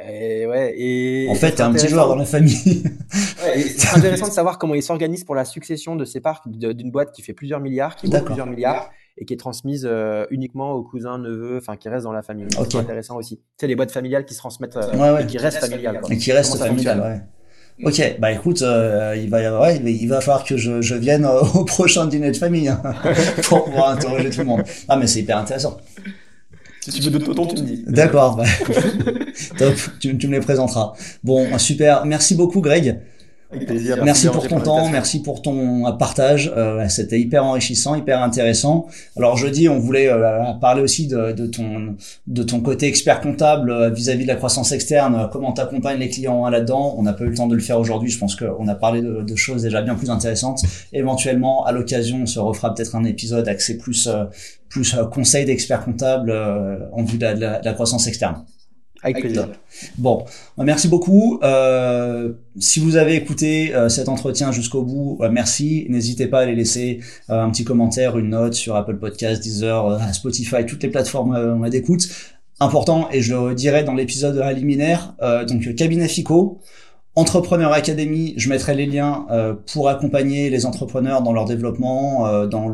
En fait, t'es un petit joueur dans la famille. C'est intéressant de savoir comment ils s'organisent pour la succession de ces parts d'une boîte qui fait plusieurs milliards, qui vaut plusieurs milliards, et qui est transmise uniquement aux cousins, neveux, qui reste dans la famille. Okay. C'est intéressant aussi. Tu sais, les boîtes familiales qui se transmettent et qui restent familiales. Et qui restent familiales, ouais. Ok, écoute, il va falloir que je vienne au prochain dîner de famille pour pouvoir interroger tout le monde. Ah, mais c'est hyper intéressant. Si tu veux d'autres tontons, tu me dis. D'accord, top, tu me les présenteras. Bon, super, merci beaucoup Greg. Avec plaisir. Merci pour ton temps, merci pour ton partage. C'était hyper enrichissant, hyper intéressant. Alors jeudi, on voulait parler aussi de ton côté expert comptable vis-à-vis de la croissance externe. Comment t'accompagnes les clients là-dedans. On n'a pas eu le temps de le faire aujourd'hui. Je pense qu'on a parlé de choses déjà bien plus intéressantes. Éventuellement, à l'occasion, on se refera peut-être un épisode axé plus conseil d'expert comptable en vue de la croissance externe. Avec plaisir. Bon, merci beaucoup. Si vous avez écouté cet entretien jusqu'au bout, merci. N'hésitez pas à aller laisser un petit commentaire, une note sur Apple Podcasts, Deezer, Spotify, toutes les plateformes d'écoute. Important, et je le dirai dans l'épisode liminaire, donc Cabinet Fico, Entrepreneur Academy, je mettrai les liens pour accompagner les entrepreneurs dans leur développement, dans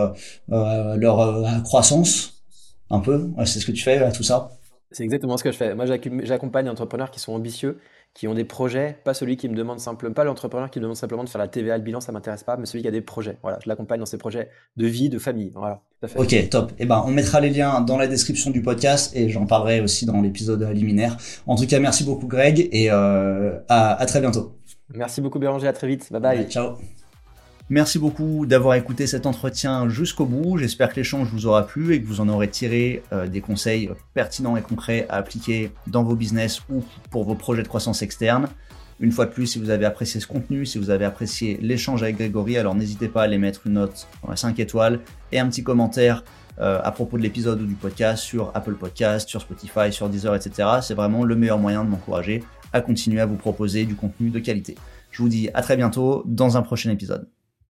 leur croissance, un peu. Ouais, c'est ce que tu fais, tout ça. C'est exactement ce que je fais. Moi, j'accompagne des entrepreneurs qui sont ambitieux, qui ont des projets, pas celui qui me demande simplement, pas l'entrepreneur qui me demande simplement de faire la TVA, le bilan, ça m'intéresse pas, mais celui qui a des projets. Voilà, je l'accompagne dans ses projets de vie, de famille. Voilà, tout à fait. Ok, top. On mettra les liens dans la description du podcast et j'en parlerai aussi dans l'épisode liminaire. En tout cas, merci beaucoup Greg et à très bientôt. Merci beaucoup Béranger, à très vite. Bye bye. Ouais, ciao. Merci beaucoup d'avoir écouté cet entretien jusqu'au bout. J'espère que l'échange vous aura plu et que vous en aurez tiré des conseils pertinents et concrets à appliquer dans vos business ou pour vos projets de croissance externe. Une fois de plus, si vous avez apprécié ce contenu, si vous avez apprécié l'échange avec Grégory, alors n'hésitez pas à aller mettre une note 5 étoiles et un petit commentaire à propos de l'épisode ou du podcast sur Apple Podcasts, sur Spotify, sur Deezer, etc. C'est vraiment le meilleur moyen de m'encourager à continuer à vous proposer du contenu de qualité. Je vous dis à très bientôt dans un prochain épisode.